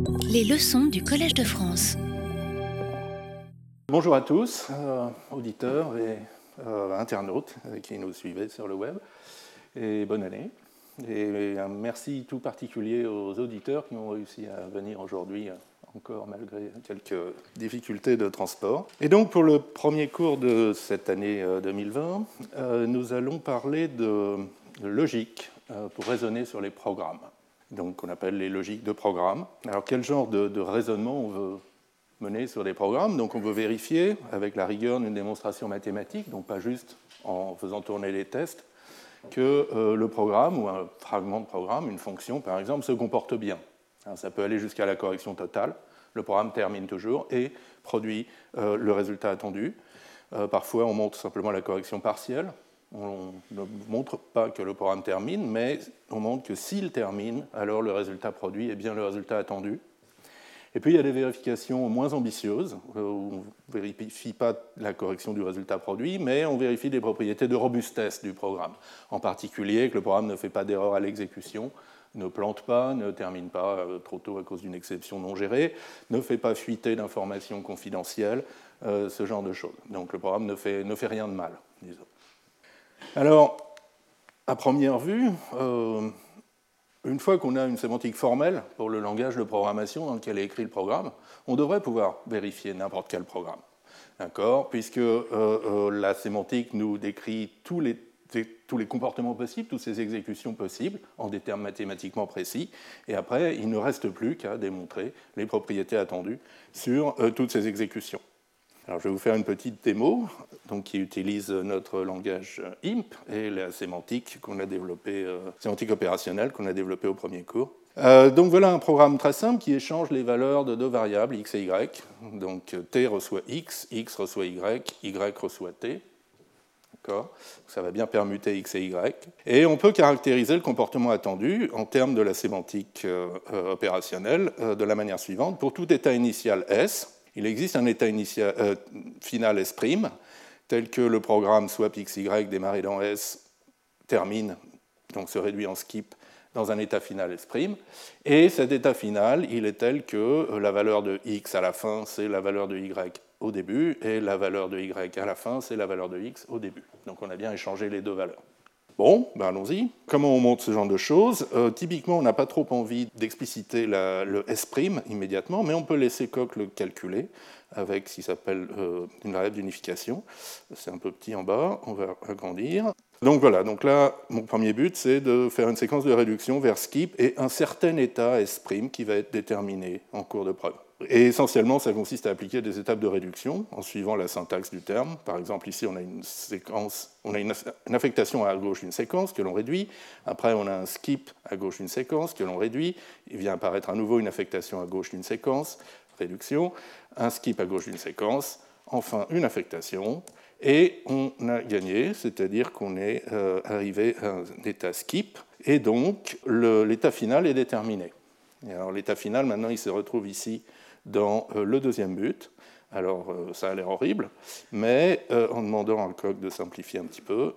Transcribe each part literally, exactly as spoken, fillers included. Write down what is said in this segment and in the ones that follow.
Les leçons du Collège de France. Bonjour à tous, euh, auditeurs et euh, internautes qui nous suivez sur le web, et bonne année. Et un merci tout particulier aux auditeurs qui ont réussi à venir aujourd'hui, encore malgré quelques difficultés de transport. Et donc pour le premier cours de cette année deux mille vingt, euh, nous allons parler de, de logique euh, pour raisonner sur les programmes. Donc qu'on appelle les logiques de programme. Alors quel genre de, de raisonnement on veut mener sur des programmes? Donc on veut vérifier avec la rigueur d'une démonstration mathématique, donc pas juste en faisant tourner les tests, que euh, le programme ou un fragment de programme, une fonction par exemple, se comporte bien. Alors, ça peut aller jusqu'à la correction totale. Le programme termine toujours et produit euh, le résultat attendu. Euh, parfois on montre simplement la correction partielle. On ne montre pas que le programme termine, mais on montre que s'il termine, alors le résultat produit est bien le résultat attendu. Et puis il y a des vérifications moins ambitieuses, où on ne vérifie pas la correction du résultat produit, mais on vérifie des propriétés de robustesse du programme. En particulier, que le programme ne fait pas d'erreur à l'exécution, ne plante pas, ne termine pas trop tôt à cause d'une exception non gérée, ne fait pas fuiter d'informations confidentielles, euh, ce genre de choses. Donc le programme ne fait, ne fait rien de mal, disons. Alors, à première vue, euh, une fois qu'on a une sémantique formelle pour le langage de programmation dans lequel est écrit le programme, on devrait pouvoir vérifier n'importe quel programme. D'accord ? Puisque euh, euh, la sémantique nous décrit tous les, tous les comportements possibles, toutes ces exécutions possibles, en des termes mathématiquement précis, et après, il ne reste plus qu'à démontrer les propriétés attendues sur euh, toutes ces exécutions. Alors, je vais vous faire une petite démo donc, qui utilise notre langage I M P et la sémantique qu'on a développée, euh, sémantique opérationnelle qu'on a développée au premier cours. Euh, donc voilà un programme très simple qui échange les valeurs de deux variables, x et y. Donc t reçoit x, x reçoit y, y reçoit t. D'accord ? Ça va bien permuter x et y. Et on peut caractériser le comportement attendu en termes de la sémantique euh, opérationnelle euh, de la manière suivante. Pour tout état initial S, il existe un état initial, euh, final S', tel que le programme swap x, y démarré dans S termine, donc se réduit en skip dans un état final S'. Et cet état final, il est tel que la valeur de x à la fin, c'est la valeur de y au début, et la valeur de y à la fin, c'est la valeur de x au début. Donc on a bien échangé les deux valeurs. Bon, ben allons-y. Comment on montre ce genre de choses ? euh, Typiquement, on n'a pas trop envie d'expliciter la, le S' immédiatement, mais on peut laisser Coq le calculer avec ce qui s'appelle euh, une variable d'unification. C'est un peu petit en bas, on va agrandir. Donc voilà, donc là, mon premier but, c'est de faire une séquence de réduction vers skip et un certain état S' qui va être déterminé en cours de preuve. Et essentiellement, ça consiste à appliquer des étapes de réduction en suivant la syntaxe du terme. Par exemple, ici, on a une séquence, on a une, une affectation à gauche d'une séquence que l'on réduit. Après, on a un skip à gauche d'une séquence que l'on réduit. Il vient apparaître à nouveau une affectation à gauche d'une séquence, réduction. Un skip à gauche d'une séquence. Enfin, une affectation. Et on a gagné, c'est-à-dire qu'on est euh, arrivé à un état skip. Et donc, le, l'état final est déterminé. Et alors, l'état final, maintenant, il se retrouve ici dans euh, le deuxième but. Alors, euh, ça a l'air horrible, mais euh, en demandant à Coq de simplifier un petit peu,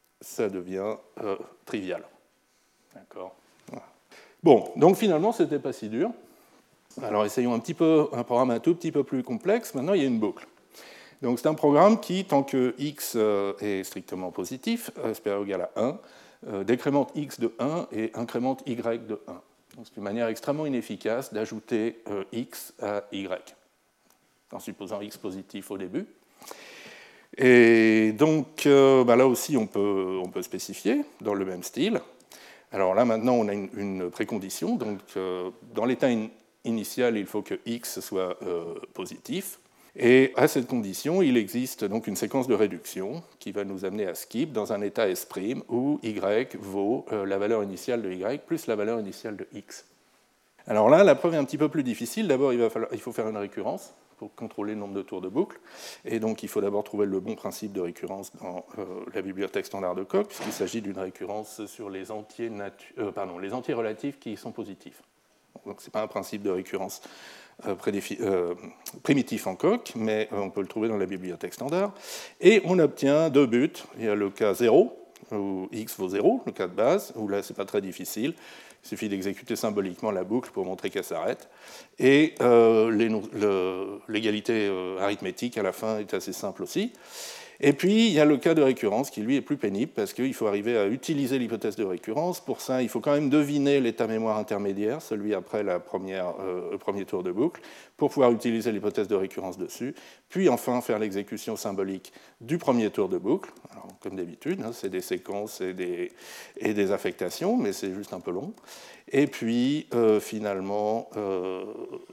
ça devient euh, trivial. D'accord ? Voilà. Bon, donc finalement, ce n'était pas si dur. Alors, essayons un petit peu, un programme un tout petit peu plus complexe. Maintenant, il y a une boucle. Donc, c'est un programme qui, tant que x euh, est strictement positif, euh, supérieur ou égal à un, euh, décrémente x de un et incrémente y de un. Donc, c'est une manière extrêmement inefficace d'ajouter euh, x à y, en supposant x positif au début. Et donc, euh, bah là aussi, on peut, on peut spécifier dans le même style. Alors là, maintenant, on a une, une précondition. Donc, euh, dans l'état in- initial, il faut que x soit euh, positif. Et à cette condition, il existe donc une séquence de réduction qui va nous amener à skip dans un état S' où y vaut la valeur initiale de y plus la valeur initiale de x. Alors là, la preuve est un petit peu plus difficile. D'abord, il, va falloir, il faut faire une récurrence pour contrôler le nombre de tours de boucle. Et donc, il faut d'abord trouver le bon principe de récurrence dans euh, la bibliothèque standard de Coq, puisqu'il s'agit d'une récurrence sur les entiers, natu- euh, pardon, les entiers relatifs qui sont positifs. Donc, ce n'est pas un principe de récurrence Euh, prédéfi- euh, primitif en Coq, mais euh, on peut le trouver dans la bibliothèque standard. Et on obtient deux buts. Il y a le cas zéro, où x vaut zéro, le cas de base, où là, ce n'est pas très difficile. Il suffit d'exécuter symboliquement la boucle pour montrer qu'elle s'arrête. Et euh, l'égalité euh, arithmétique à la fin est assez simple aussi. Et puis, il y a le cas de récurrence qui, lui, est plus pénible parce qu'il faut arriver à utiliser l'hypothèse de récurrence. Pour ça, il faut quand même deviner l'état mémoire intermédiaire, celui après la première, euh, le premier tour de boucle, pour pouvoir utiliser l'hypothèse de récurrence dessus. Puis, enfin, faire l'exécution symbolique du premier tour de boucle. Alors, comme d'habitude, hein, c'est des séquences et des, et des affectations, mais c'est juste un peu long. Et puis, euh, finalement... Euh,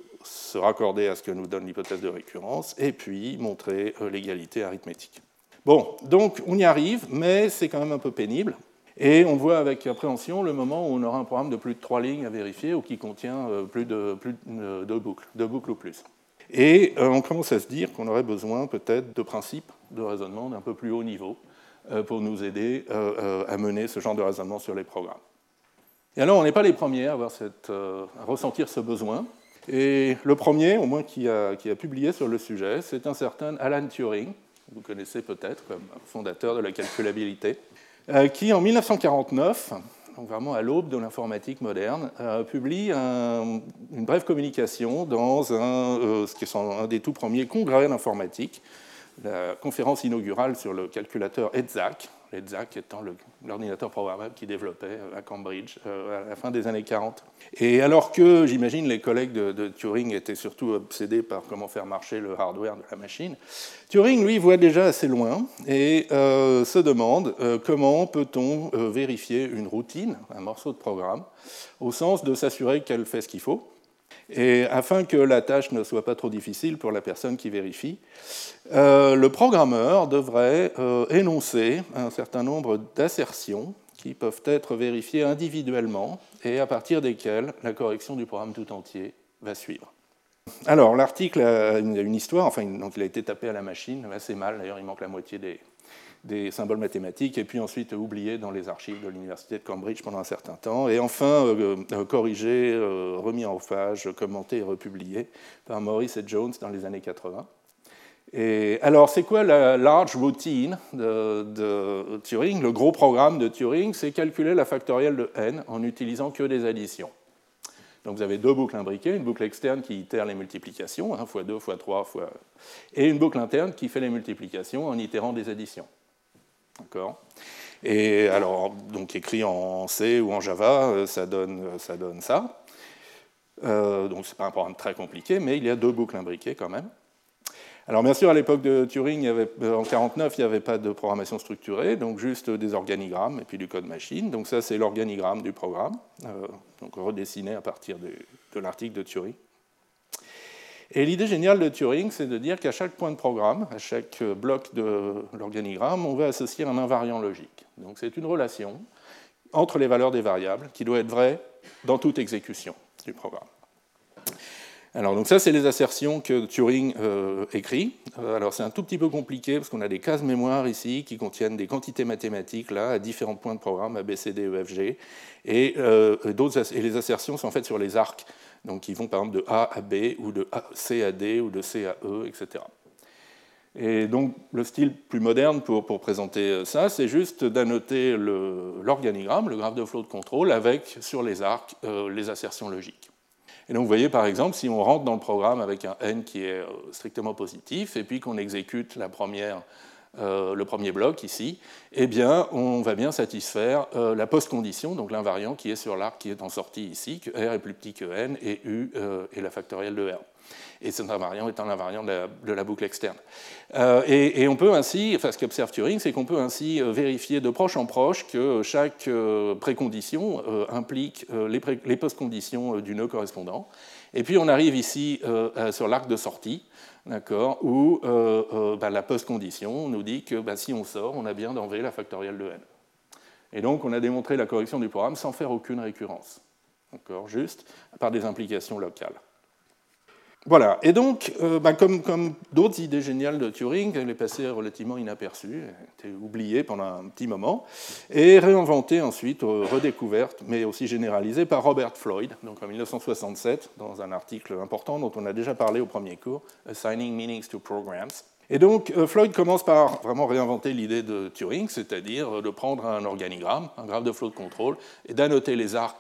se raccorder à ce que nous donne l'hypothèse de récurrence, et puis montrer euh, l'égalité arithmétique. Bon, donc on y arrive, mais c'est quand même un peu pénible, et on voit avec appréhension le moment où on aura un programme de plus de trois lignes à vérifier, ou qui contient euh, plus de, plus de deux boucles, deux boucles ou plus. Et euh, on commence à se dire qu'on aurait besoin peut-être de principes de raisonnement d'un peu plus haut niveau euh, pour nous aider euh, euh, à mener ce genre de raisonnement sur les programmes. Et alors, on n'est pas les premiers à, avoir cette, euh, à ressentir ce besoin. Et le premier, au moins, qui a, qui a publié sur le sujet, c'est un certain Alan Turing, vous connaissez peut-être comme fondateur de la calculabilité, euh, qui, en mille neuf cent quarante-neuf, donc vraiment à l'aube de l'informatique moderne, euh, publie un, une brève communication dans un, euh, ce qui est un des tout premiers congrès d'informatique, la conférence inaugurale sur le calculateur EDSAC, l'EDSAC étant l'ordinateur programmable qu'il développait à Cambridge euh, à la fin des années quarante. Et alors que, j'imagine, les collègues de, de Turing étaient surtout obsédés par comment faire marcher le hardware de la machine, Turing, lui, voit déjà assez loin et euh, se demande euh, comment peut-on euh, vérifier une routine, un morceau de programme, au sens de s'assurer qu'elle fait ce qu'il faut, et afin que la tâche ne soit pas trop difficile pour la personne qui vérifie, euh, le programmeur devrait euh, énoncer un certain nombre d'assertions qui peuvent être vérifiées individuellement et à partir desquelles la correction du programme tout entier va suivre. Alors, l'article a une histoire, enfin, donc il a été tapé à la machine, assez mal, d'ailleurs il manque la moitié des, des symboles mathématiques, et puis ensuite oublié dans les archives de l'université de Cambridge pendant un certain temps, et enfin euh, corrigé, euh, remis en phage, commenté et republié par Morris et Jones dans les années quatre-vingts. Et alors, c'est quoi la large routine de, de Turing? Le gros programme de Turing, c'est calculer la factorielle de n en n'utilisant que des additions. Donc vous avez deux boucles imbriquées, une boucle externe qui itère les multiplications, hein, fois deux, fois trois, fois... et une boucle interne qui fait les multiplications en itérant des additions. D'accord. Et alors, donc écrit en C ou en Java, ça donne ça. Donne ça. Euh, donc ce n'est pas un programme très compliqué, mais il y a deux boucles imbriquées quand même. Alors bien sûr, à l'époque de Turing, il y avait, en mille neuf cent quarante-neuf, il n'y avait pas de programmation structurée, donc juste des organigrammes et puis du code machine. Donc ça, c'est l'organigramme du programme, euh, donc redessiné à partir de, de l'article de Turing. Et l'idée géniale de Turing, c'est de dire qu'à chaque point de programme, à chaque bloc de l'organigramme, on va associer un invariant logique. Donc c'est une relation entre les valeurs des variables qui doit être vraie dans toute exécution du programme. Alors, donc ça, c'est les assertions que Turing euh, écrit. Euh, alors, c'est un tout petit peu compliqué parce qu'on a des cases mémoire ici qui contiennent des quantités mathématiques là, à différents points de programme, A, B, C, D, E, F, G. Et, euh, d'autres, et les assertions sont faites sur les arcs, donc qui vont par exemple de A à B, ou de C à D, ou de C à E, et cetera. Et donc, le style plus moderne pour, pour présenter ça, c'est juste d'annoter l'organigramme, le, le graphe de flow de contrôle, avec, sur les arcs, euh, les assertions logiques. Et donc vous voyez par exemple, si on rentre dans le programme avec un n qui est strictement positif, et puis qu'on exécute la première, euh, le premier bloc ici, eh bien on va bien satisfaire euh, la post-condition, donc l'invariant qui est sur l'arc qui est en sortie ici, que R est plus petit que n, et U euh, est la factorielle de R. Et cet invariant étant l'invariant de la, de la boucle externe. Euh, et, et on peut ainsi, enfin ce qu'observe Turing, c'est qu'on peut ainsi vérifier de proche en proche que chaque euh, précondition euh, implique euh, les, pré, les post-conditions du nœud correspondant. Et puis on arrive ici euh, sur l'arc de sortie, d'accord, où euh, euh, bah, la post-condition nous dit que bah, si on sort, on a bien dans V la factorielle de n. Et donc on a démontré la correction du programme sans faire aucune récurrence, d'accord, juste par des implications locales. Voilà, et donc, euh, bah, comme, comme d'autres idées géniales de Turing, elle est passée relativement inaperçue, elle a été oubliée pendant un petit moment, et réinventée ensuite, euh, redécouverte, mais aussi généralisée par Robert Floyd, donc en mille neuf cent soixante-sept, dans un article important dont on a déjà parlé au premier cours, Assigning Meanings to Programs. Et donc, euh, Floyd commence par vraiment réinventer l'idée de Turing, c'est-à-dire de prendre un organigramme, un graphe de flow de contrôle, et d'annoter les arcs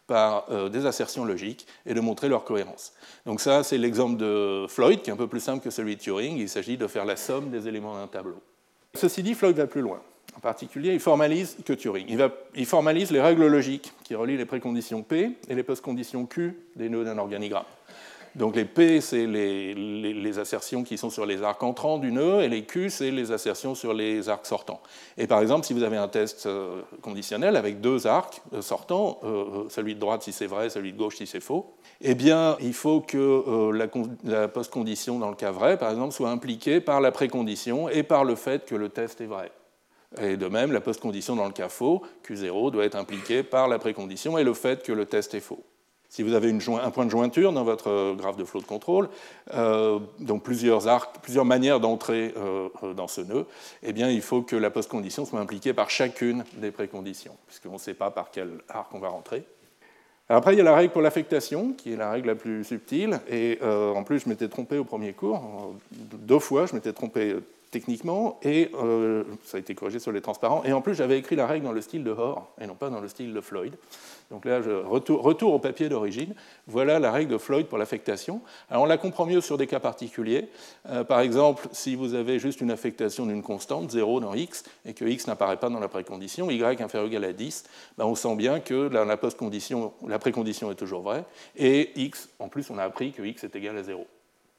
par euh, des assertions logiques et de montrer leur cohérence. Donc ça, c'est l'exemple de Floyd, qui est un peu plus simple que celui de Turing. Il s'agit de faire la somme des éléments d'un tableau. Ceci dit, Floyd va plus loin. En particulier, il formalise que Turing. Il, va, il formalise les règles logiques qui relient les préconditions P et les postconditions Q des nœuds d'un organigramme. Donc les P, c'est les, les, les assertions qui sont sur les arcs entrants du nœud, et les Q, c'est les assertions sur les arcs sortants. Et par exemple, si vous avez un test euh, conditionnel avec deux arcs euh, sortants, euh, celui de droite si c'est vrai, celui de gauche si c'est faux, eh bien, il faut que euh, la, la postcondition dans le cas vrai, par exemple, soit impliquée par la précondition et par le fait que le test est vrai. Et de même, la postcondition dans le cas faux, Q zéro, doit être impliquée par la précondition et le fait que le test est faux. Si vous avez une joint, un point de jointure dans votre graphe de flow de contrôle, euh, donc plusieurs arcs, plusieurs manières d'entrer euh, dans ce nœud, eh bien, il faut que la postcondition soit impliquée par chacune des préconditions, puisqu'on ne sait pas par quel arc on va rentrer. Alors après, il y a la règle pour l'affectation, qui est la règle la plus subtile, et euh, en plus, je m'étais trompé au premier cours, deux fois, je m'étais trompé techniquement, et euh, ça a été corrigé sur les transparents, et en plus, j'avais écrit la règle dans le style de Hoare, et non pas dans le style de Floyd. Donc là, je retour, retour au papier d'origine. Voilà la règle de Floyd pour l'affectation. Alors on la comprend mieux sur des cas particuliers. Euh, par exemple, si vous avez juste une affectation d'une constante, zéro dans x, et que x n'apparaît pas dans la précondition, y inférieur ou égal à dix, ben on sent bien que la, la, postcondition, la précondition est toujours vraie, et x, en plus, on a appris que x est égal à zéro.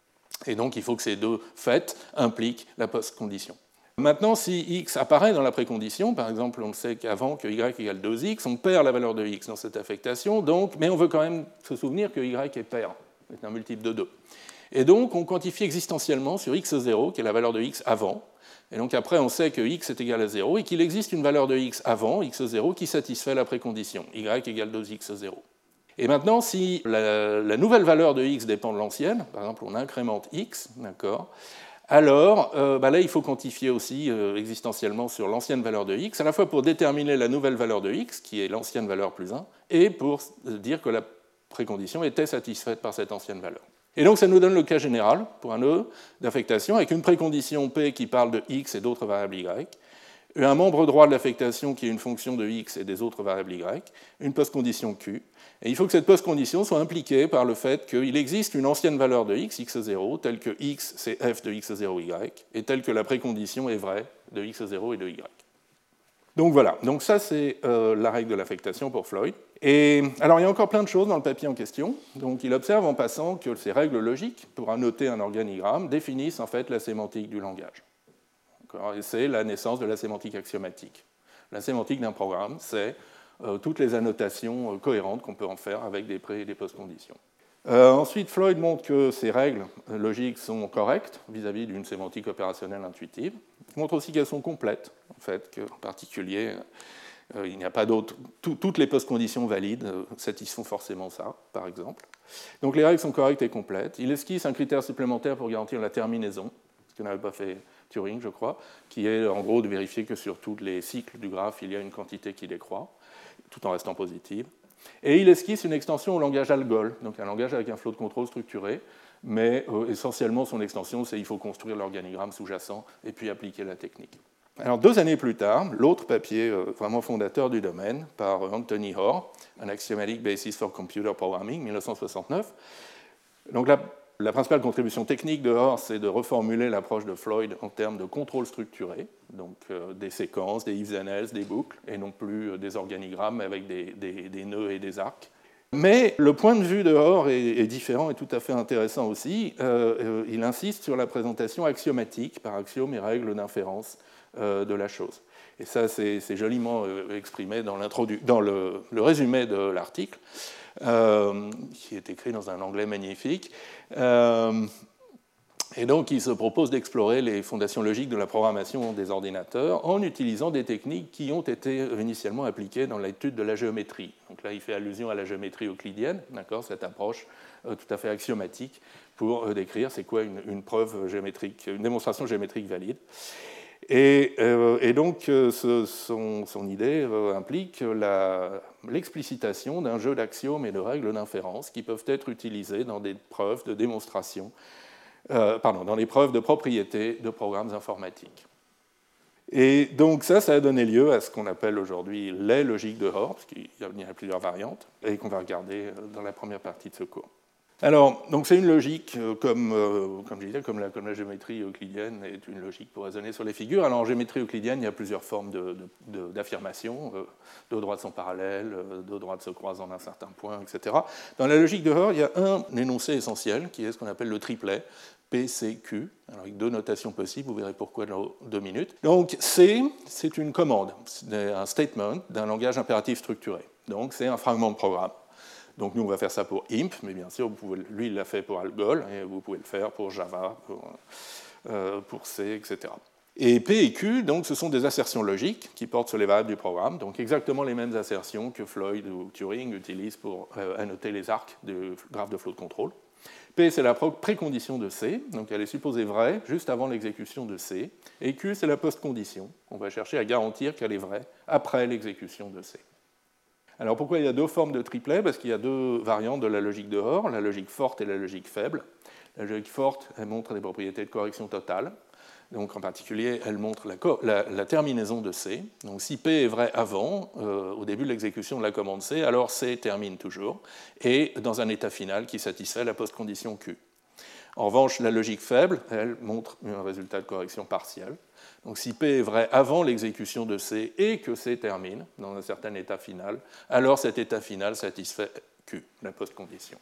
Et donc il faut que ces deux faits impliquent la postcondition. Maintenant, si x apparaît dans la précondition, par exemple, on sait qu'avant que y égale deux x, on perd la valeur de x dans cette affectation, donc, mais on veut quand même se souvenir que y est pair, c'est un multiple de deux. Et donc, on quantifie existentiellement sur x zéro, qui est la valeur de x avant, et donc après, on sait que x est égal à zéro, et qu'il existe une valeur de x avant, x zéro, qui satisfait la précondition, y égale deux x zéro. Et maintenant, si la, la nouvelle valeur de x dépend de l'ancienne, par exemple, on incrémente x, d'accord, alors euh, bah là, il faut quantifier aussi euh, existentiellement sur l'ancienne valeur de x, à la fois pour déterminer la nouvelle valeur de x, qui est l'ancienne valeur plus un, et pour dire que la précondition était satisfaite par cette ancienne valeur. Et donc ça nous donne le cas général pour un nœud d'affectation avec une précondition P qui parle de x et d'autres variables y, un membre droit de l'affectation qui est une fonction de x et des autres variables y, une postcondition Q, et il faut que cette postcondition soit impliquée par le fait qu'il existe une ancienne valeur de x, x zéro, telle que x c'est f de x zéro y, et telle que la précondition est vraie de x zéro et de y. Donc voilà, donc ça c'est euh, la règle de l'affectation pour Floyd. Et alors il y a encore plein de choses dans le papier en question. Donc il observe en passant que ces règles logiques, pour annoter un organigramme, définissent en fait la sémantique du langage. Et c'est la naissance de la sémantique axiomatique. La sémantique d'un programme, c'est euh, toutes les annotations euh, cohérentes qu'on peut en faire avec des pré- et des postconditions. Euh, ensuite, Floyd montre que ces règles logiques sont correctes vis-à-vis d'une sémantique opérationnelle intuitive. Il montre aussi qu'elles sont complètes, en fait, qu'en particulier, euh, il n'y a pas d'autres. Tout, toutes les postconditions valides euh, satisfont forcément ça, par exemple. Donc les règles sont correctes et complètes. Il esquisse un critère supplémentaire pour garantir la terminaison, ce que n'avait pas fait Turing, je crois, qui est en gros de vérifier que sur tous les cycles du graphe, il y a une quantité qui décroît, tout en restant positive. Et il esquisse une extension au langage ALGOL, donc un langage avec un flot de contrôle structuré, mais euh, essentiellement son extension, c'est qu'il faut construire l'organigramme sous-jacent et puis appliquer la technique. Alors deux années plus tard, l'autre papier euh, vraiment fondateur du domaine, par Anthony Hoare, An Axiomatic Basis for Computer Programming, mille neuf cent soixante-neuf. Donc là, la principale contribution technique de Hoare, c'est de reformuler l'approche de Floyd en termes de contrôle structuré, donc euh, des séquences, des if and else, des boucles, et non plus euh, des organigrammes avec des, des, des nœuds et des arcs. Mais le point de vue de Hoare est, est différent et tout à fait intéressant aussi. Euh, euh, il insiste sur la présentation axiomatique par axiome et règles d'inférence euh, de la chose. Et ça, c'est, c'est joliment euh, exprimé dans, dans le, le résumé de l'article. Euh, qui est écrit dans un anglais magnifique. Euh, et donc, il se propose d'explorer les fondations logiques de la programmation des ordinateurs en utilisant des techniques qui ont été initialement appliquées dans l'étude de la géométrie. Donc là, il fait allusion à la géométrie euclidienne, d'accord, cette approche euh, tout à fait axiomatique pour euh, décrire c'est quoi une, une preuve géométrique, une démonstration géométrique valide. Et, euh, et donc, euh, ce, son, son idée euh, implique la, l'explicitation d'un jeu d'axiomes et de règles d'inférence qui peuvent être utilisées dans des preuves de démonstration, euh, pardon, dans les preuves de propriété de programmes informatiques. Et donc ça, ça a donné lieu à ce qu'on appelle aujourd'hui les logiques de Hoare, parce qu'il y a plusieurs variantes, et qu'on va regarder dans la première partie de ce cours. Alors, donc c'est une logique, comme, euh, comme je disais, comme la, comme la géométrie euclidienne est une logique pour raisonner sur les figures. Alors en géométrie euclidienne, il y a plusieurs formes de, de, de, d'affirmation. Euh, deux droites sont parallèles, euh, deux droites se croisent en un certain point, et cetera. Dans la logique de Hoare, il y a un énoncé essentiel, qui est ce qu'on appelle le triplet, P, C, Q, alors avec deux notations possibles, vous verrez pourquoi dans deux minutes. Donc C, c'est une commande, un statement d'un langage impératif structuré. Donc c'est un fragment de programme. Donc nous, on va faire ça pour imp, mais bien sûr, vous pouvez, lui, il l'a fait pour Algol, et vous pouvez le faire pour Java, pour, euh, pour C, et cetera. Et P et Q, donc, ce sont des assertions logiques qui portent sur les variables du programme, donc exactement les mêmes assertions que Floyd ou Turing utilisent pour euh, annoter les arcs du graphe de flow de contrôle. P, c'est la précondition de C, donc elle est supposée vraie juste avant l'exécution de C, et Q, c'est la post-condition. On va chercher à garantir qu'elle est vraie après l'exécution de C. Alors pourquoi il y a deux formes de triplet? Parce qu'il y a deux variantes de la logique de Hoare, la logique forte et la logique faible. La logique forte, elle montre des propriétés de correction totale. Donc en particulier, elle montre la, la, la terminaison de C. Donc si P est vrai avant, euh, au début de l'exécution de la commande C, alors C termine toujours, et dans un état final qui satisfait la post-condition Q. En revanche, la logique faible, elle montre un résultat de correction partielle. Donc si P est vrai avant l'exécution de C et que C termine dans un certain état final, alors cet état final satisfait Q, la post-condition.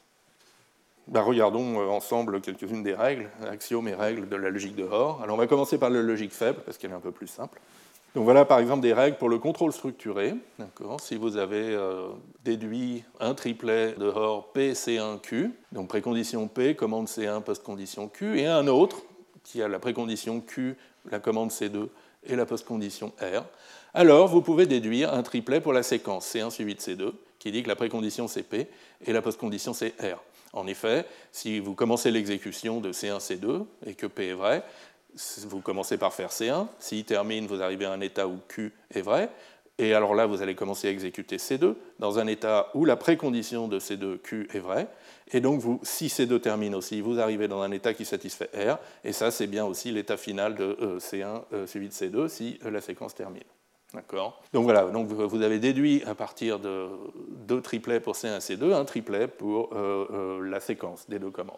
Ben, regardons ensemble quelques-unes des règles, axiomes et règles de la logique de Hoare. Alors on va commencer par la logique faible, parce qu'elle est un peu plus simple. Donc voilà par exemple des règles pour le contrôle structuré. Si vous avez euh, déduit un triplet de Hoare P, C un, Q, donc précondition P, commande C un, post-condition Q, et un autre qui a la précondition Q, la commande C deux et la post-condition R, alors vous pouvez déduire un triplet pour la séquence C un suivi de C deux, qui dit que la précondition c'est P et la post-condition c'est R. En effet, si vous commencez l'exécution de C un, C deux et que P est vrai, vous commencez par faire C un, s'il termine, vous arrivez à un état où Q est vrai, et alors là, vous allez commencer à exécuter C deux dans un état où la précondition de C deux, Q, est vraie, et donc vous, si C deux termine aussi, vous arrivez dans un état qui satisfait R, et ça, c'est bien aussi l'état final de euh, C un euh, suivi de C deux si euh, la séquence termine. D'accord. Donc voilà, donc vous avez déduit à partir de deux triplets pour C un, C deux, un triplet pour euh, euh, la séquence des deux commandes.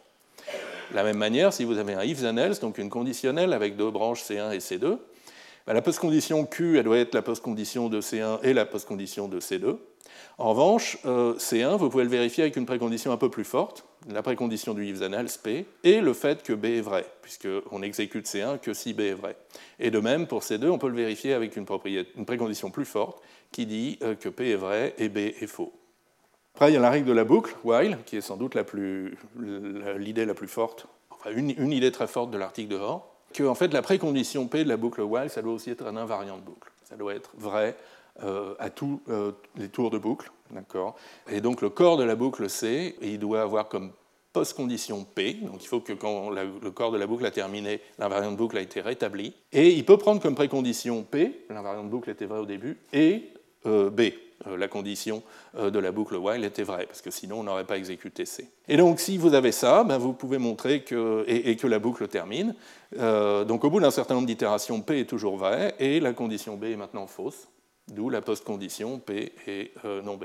De la même manière, si vous avez un if then else, donc une conditionnelle avec deux branches C un et C deux, ben la postcondition Q, elle doit être la postcondition de C un et la postcondition de C deux. En revanche, euh, C un, vous pouvez le vérifier avec une précondition un peu plus forte, la précondition du if then else P, et le fait que B est vrai, puisqu'on exécute C un que si B est vrai. Et de même, pour C deux, on peut le vérifier avec une, une précondition plus forte qui dit euh, que P est vrai et B est faux. Après, il y a la règle de la boucle, while, qui est sans doute la plus, l'idée la plus forte, enfin une, une idée très forte de l'article de Hoare, que en fait, la précondition P de la boucle while, ça doit aussi être un invariant de boucle. Ça doit être vrai euh, à tous euh, les tours de boucle. D'accord. Et donc, le corps de la boucle C, il doit avoir comme post-condition P, donc il faut que quand la, le corps de la boucle a terminé, l'invariant de boucle a été rétabli. Et il peut prendre comme précondition P, l'invariant de boucle était vrai au début, et euh, B. La condition de la boucle while était vraie, parce que sinon on n'aurait pas exécuté C. Et donc si vous avez ça, ben vous pouvez montrer que, et, et que la boucle termine. Euh, donc au bout d'un certain nombre d'itérations, P est toujours vrai, et la condition B est maintenant fausse, d'où la post-condition P est euh, non B.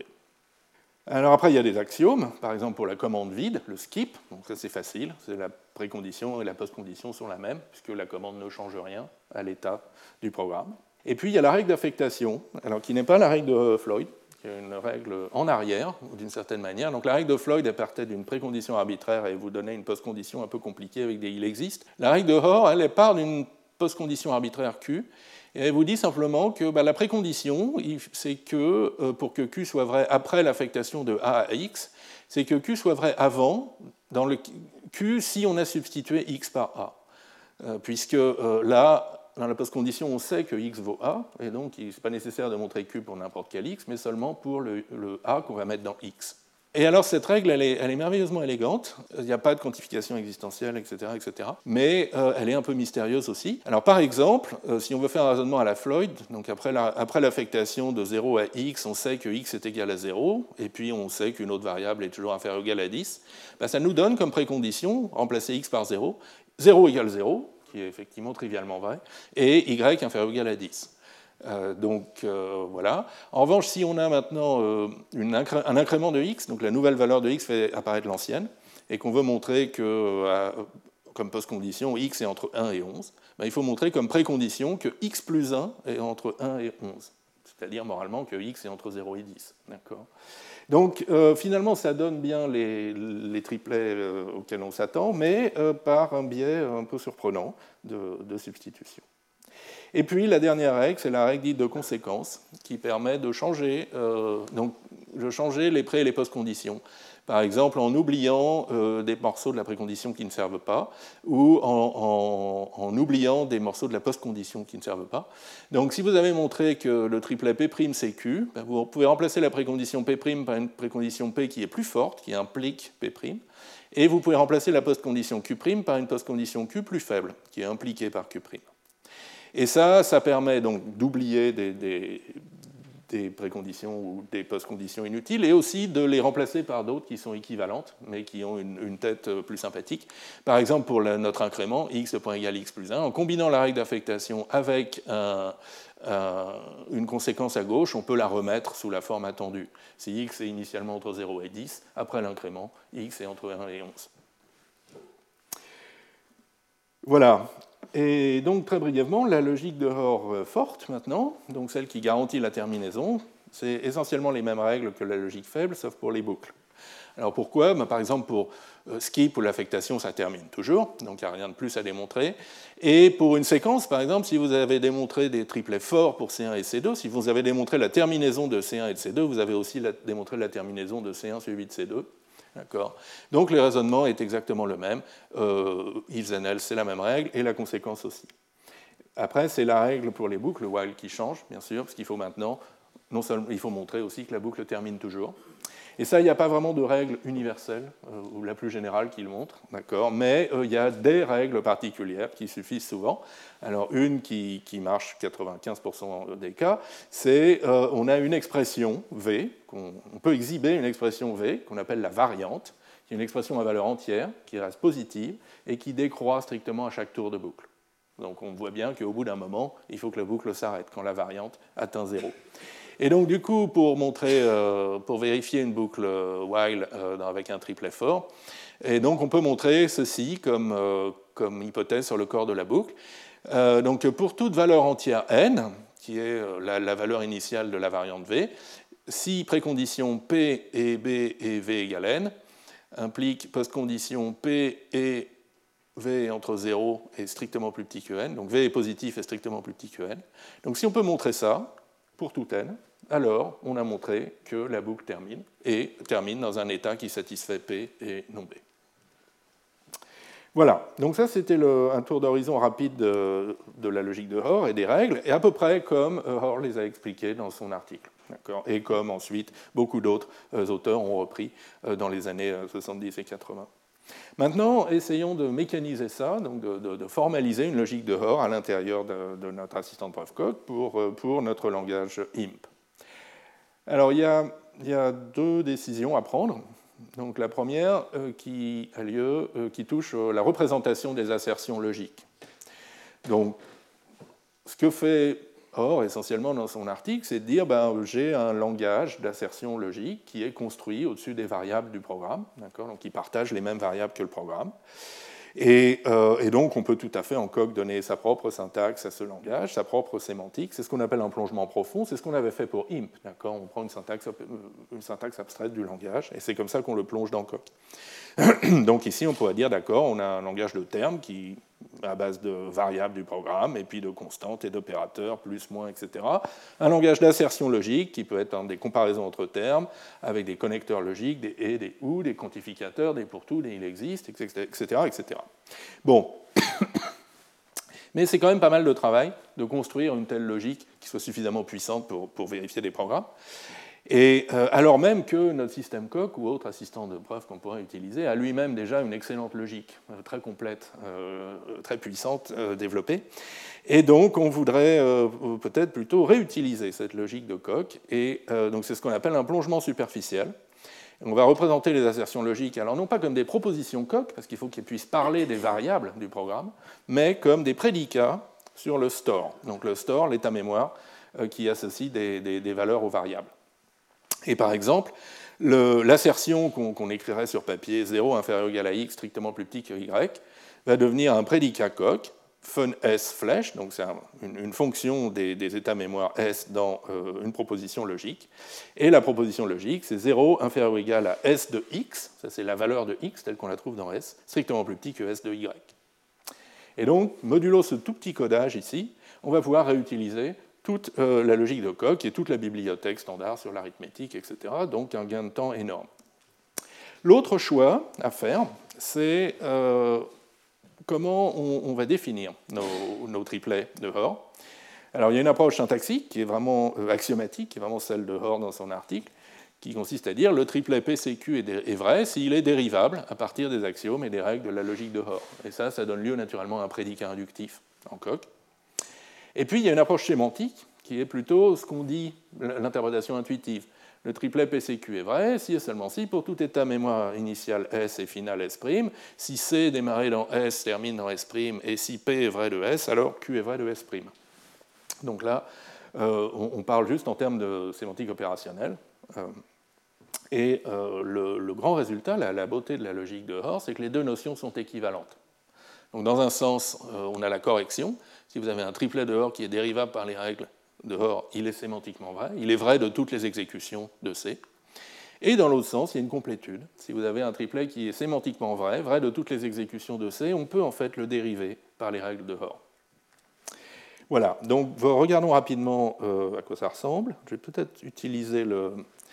Alors après il y a des axiomes, par exemple pour la commande vide, le skip, donc ça c'est facile, c'est la précondition et la post-condition sont la même, puisque la commande ne change rien à l'état du programme. Et puis, il y a la règle d'affectation, alors qui n'est pas la règle de Floyd, qui est une règle en arrière, d'une certaine manière. Donc, la règle de Floyd, elle partait d'une précondition arbitraire et vous donnait une post-condition un peu compliquée avec des « il existe ». La règle de Hoare, elle, elle part d'une post-condition arbitraire Q, et elle vous dit simplement que bah, la précondition, c'est que, euh, pour que Q soit vrai après l'affectation de A à X, c'est que Q soit vrai avant, dans le Q, si on a substitué X par A. Euh, puisque euh, là, dans la post-condition, on sait que x vaut A, et donc il n'est pas nécessaire de montrer Q pour n'importe quel x, mais seulement pour le, le A qu'on va mettre dans x. Et alors cette règle, elle est, elle est merveilleusement élégante, il n'y a pas de quantification existentielle, et cetera, et cetera, mais euh, elle est un peu mystérieuse aussi. Alors par exemple, euh, si on veut faire un raisonnement à la Floyd, donc après, la, après l'affectation de zéro à x, on sait que x est égal à zéro, et puis on sait qu'une autre variable est toujours inférieure ou égale à dix, ben, ça nous donne comme précondition, remplacer x par zéro, zéro égale zéro, qui est effectivement trivialement vrai, et y inférieur ou égal à dix. Euh, donc euh, voilà. En revanche, si on a maintenant euh, une incré- un incrément de x, donc la nouvelle valeur de x fait apparaître l'ancienne, et qu'on veut montrer que, euh, comme post-condition, x est entre un et onze, ben, il faut montrer comme précondition que x plus un est entre un et onze. C'est-à-dire moralement que x est entre zéro et dix. D'accord ? Donc euh, finalement, ça donne bien les, les triplets euh, auxquels on s'attend, mais euh, par un biais un peu surprenant de, de substitution. Et puis la dernière règle, c'est la règle dite de conséquence, qui permet de changer, euh, donc, de changer les pré- et les post-conditions. Par exemple, en oubliant euh, des morceaux de la précondition qui ne servent pas, ou en, en, en oubliant des morceaux de la post-condition qui ne servent pas. Donc, si vous avez montré que le triplet P' c'est Q, ben vous pouvez remplacer la précondition P' par une précondition P qui est plus forte, qui implique P', et vous pouvez remplacer la post-condition Q' par une post-condition Q plus faible, qui est impliquée par Q'. Et ça, ça permet donc d'oublier des, des, des préconditions ou des post-conditions inutiles, et aussi de les remplacer par d'autres qui sont équivalentes, mais qui ont une, une tête plus sympathique. Par exemple, pour la, notre incrément, x de point égal x plus un, en combinant la règle d'affectation avec un, un, une conséquence à gauche, on peut la remettre sous la forme attendue. Si x est initialement entre zéro et dix, après l'incrément, x est entre un et onze. Voilà. Et donc, très brièvement, la logique de Hoare forte, maintenant, donc celle qui garantit la terminaison, c'est essentiellement les mêmes règles que la logique faible, sauf pour les boucles. Alors pourquoi ? Ben, par exemple, pour skip ou l'affectation, ça termine toujours, donc il n'y a rien de plus à démontrer. Et pour une séquence, par exemple, si vous avez démontré des triplets forts pour C un et C deux, si vous avez démontré la terminaison de C un et de C deux, vous avez aussi la, démontré la terminaison de C un suivi de C deux. D'accord. Donc le raisonnement est exactement le même. Euh, if then else, c'est la même règle, et la conséquence aussi. Après, c'est la règle pour les boucles, while, qui change, bien sûr, parce qu'il faut maintenant, non seulement, il faut montrer aussi que la boucle termine toujours. Et ça, il n'y a pas vraiment de règle universelle, euh, ou la plus générale qui le montre, d'accord, mais euh, il y a des règles particulières qui suffisent souvent. Alors, une qui, qui marche quatre-vingt-quinze pour cent des cas, c'est euh, on a une expression V, qu'on, on peut exhiber une expression V, qu'on appelle la variante, qui est une expression à valeur entière, qui reste positive, et qui décroît strictement à chaque tour de boucle. Donc, on voit bien qu'au bout d'un moment, il faut que la boucle s'arrête quand la variante atteint zéro. Et donc, du coup, pour, montrer, euh, pour vérifier une boucle while euh, avec un triplet fort, et donc on peut montrer ceci comme, euh, comme hypothèse sur le corps de la boucle. Euh, donc, pour toute valeur entière n, qui est la, la valeur initiale de la variante V, si précondition P et B et V égale n, implique postcondition P et V entre zéro et strictement plus petit que n, donc V est positif et strictement plus petit que n. Donc, si on peut montrer ça, pour tout n, alors on a montré que la boucle termine, et termine dans un état qui satisfait P et non B. Voilà, donc ça c'était le, un tour d'horizon rapide de, de la logique de Hoare et des règles, et à peu près comme Hoare les a expliquées dans son article, et comme ensuite beaucoup d'autres auteurs ont repris dans les années soixante-dix et quatre-vingts. Maintenant, essayons de mécaniser ça, donc de, de, de formaliser une logique de Hoare à l'intérieur de, de notre assistant de preuve code pour, pour notre langage I M P. Alors, il y, a, il y a deux décisions à prendre. Donc, la première euh, qui a lieu, euh, qui touche euh, la représentation des assertions logiques. Donc, ce que fait Hoare essentiellement dans son article, c'est de dire ben, j'ai un langage d'assertion logique qui est construit au-dessus des variables du programme, donc qui partage les mêmes variables que le programme. Et, euh, et donc on peut tout à fait en coq donner sa propre syntaxe à ce langage, sa propre sémantique. C'est ce qu'on appelle un plongement profond, c'est ce qu'on avait fait pour I M P. D'accord, on prend une syntaxe, une syntaxe abstraite du langage, et c'est comme ça qu'on le plonge dans coq. Donc ici on pourrait dire, d'accord, on a un langage de termes qui à base de variables du programme, et puis de constantes et d'opérateurs, plus, moins, et cetera. Un langage d'assertion logique qui peut être hein, des comparaisons entre termes, avec des connecteurs logiques, des et, des ou, des quantificateurs, des pour tout, des il existe, et cetera, et cetera. Bon. Mais c'est quand même pas mal de travail de construire une telle logique qui soit suffisamment puissante pour, pour vérifier des programmes. Et euh, alors même que notre système coq ou autre assistant de preuve qu'on pourrait utiliser a lui-même déjà une excellente logique, euh, très complète, euh, très puissante, euh, développée. Et donc on voudrait euh, peut-être plutôt réutiliser cette logique de coq. Et euh, donc c'est ce qu'on appelle un plongement superficiel. On va représenter les assertions logiques, alors non pas comme des propositions coq, parce qu'il faut qu'ils puissent parler des variables du programme, mais comme des prédicats sur le store. Donc le store, l'état mémoire, euh, qui associe des, des, des valeurs aux variables. Et par exemple, l'assertion qu'on qu'on écrirait sur papier, zéro inférieur ou égal à x, strictement plus petit que y, va devenir un prédicat coq, fun s flèche, donc c'est un, une, une fonction des, des états mémoire s dans euh, une proposition logique. Et la proposition logique, c'est zéro inférieur ou égal à s de x, ça c'est la valeur de x telle qu'on la trouve dans S, strictement plus petit que s de y. Et donc, modulo ce tout petit codage ici, on va pouvoir réutiliser toute euh, la logique de Coq et toute la bibliothèque standard sur l'arithmétique, et cetera. Donc un gain de temps énorme. L'autre choix à faire, c'est euh, comment on, on va définir nos, nos triplets de Hoare. Alors il y a une approche syntaxique qui est vraiment euh, axiomatique, qui est vraiment celle de Hoare dans son article, qui consiste à dire le triplet P C Q est, est vrai s'il est dérivable à partir des axiomes et des règles de la logique de Hoare. Et ça, ça donne lieu naturellement à un prédicat inductif en Coq. Et puis il y a une approche sémantique qui est plutôt ce qu'on dit, l'interprétation intuitive. Le triplet P C Q est vrai si et seulement si pour tout état mémoire initial S et final S', si C démarré dans S termine dans S', et si P est vrai de S, alors Q est vrai de S'. Donc là, euh, on parle juste en termes de sémantique opérationnelle. Euh, et euh, le, le grand résultat, la, la beauté de la logique de Hoare, c'est que les deux notions sont équivalentes. Donc dans un sens, euh, on a la correction. Si vous avez un triplet de Hoare qui est dérivable par les règles de Hoare, il est sémantiquement vrai. Il est vrai de toutes les exécutions de C. Et dans l'autre sens, il y a une complétude. Si vous avez un triplet qui est sémantiquement vrai, vrai de toutes les exécutions de C, on peut en fait le dériver par les règles de Hoare. Voilà, donc regardons rapidement euh, à quoi ça ressemble. Je vais peut-être utiliser le,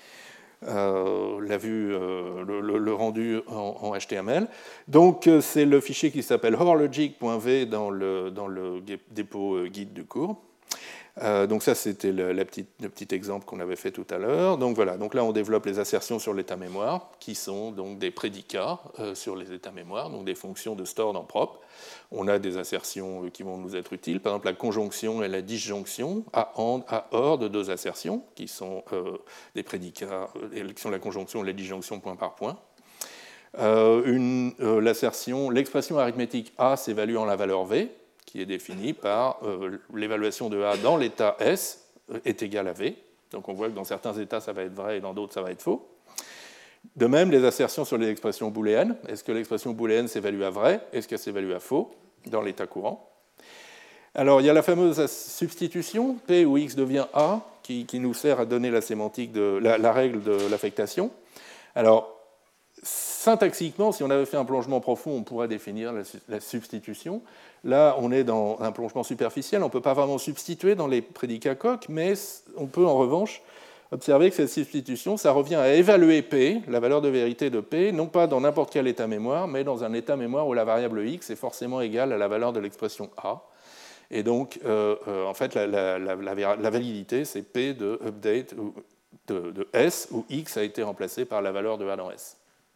euh, la vue, euh, le, le, le rendu en, en H T M L. Donc c'est le fichier qui s'appelle hoarelogic.v dans le, dans le dépôt guide du cours. Euh, donc ça, c'était le, la petite, le petit exemple qu'on avait fait tout à l'heure. Donc voilà, donc là on développe les assertions sur l'état mémoire, qui sont donc des prédicats euh, sur les états mémoire, donc des fonctions de store dans prop. On a des assertions qui vont nous être utiles, par exemple la conjonction et la disjonction à and, à or de deux assertions, qui sont euh, des prédicats, qui sont la conjonction et la disjonction point par point. Euh, une, euh, l'assertion, l'expression arithmétique A s'évalue en la valeur V, qui est définie par euh, l'évaluation de A dans l'état S est égale à V. Donc on voit que dans certains états, ça va être vrai et dans d'autres, ça va être faux. De même, les assertions sur les expressions booléennes. Est-ce que l'expression booléenne s'évalue à vrai? Est-ce qu'elle s'évalue à faux dans l'état courant? Alors, il y a la fameuse substitution, P où X devient A, qui, qui nous sert à donner la sémantique de la, la règle de l'affectation. Alors, syntaxiquement, si on avait fait un plongement profond, on pourrait définir la, la substitution. Là, on est dans un plongement superficiel, on ne peut pas vraiment substituer dans les prédicats Coq, mais on peut en revanche observer que cette substitution, ça revient à évaluer P, la valeur de vérité de P, non pas dans n'importe quel état mémoire, mais dans un état mémoire où la variable X est forcément égale à la valeur de l'expression A. Et donc, euh, euh, en fait, la, la, la, la validité, c'est P de update de, de S, où X a été remplacé par la valeur de A dans S.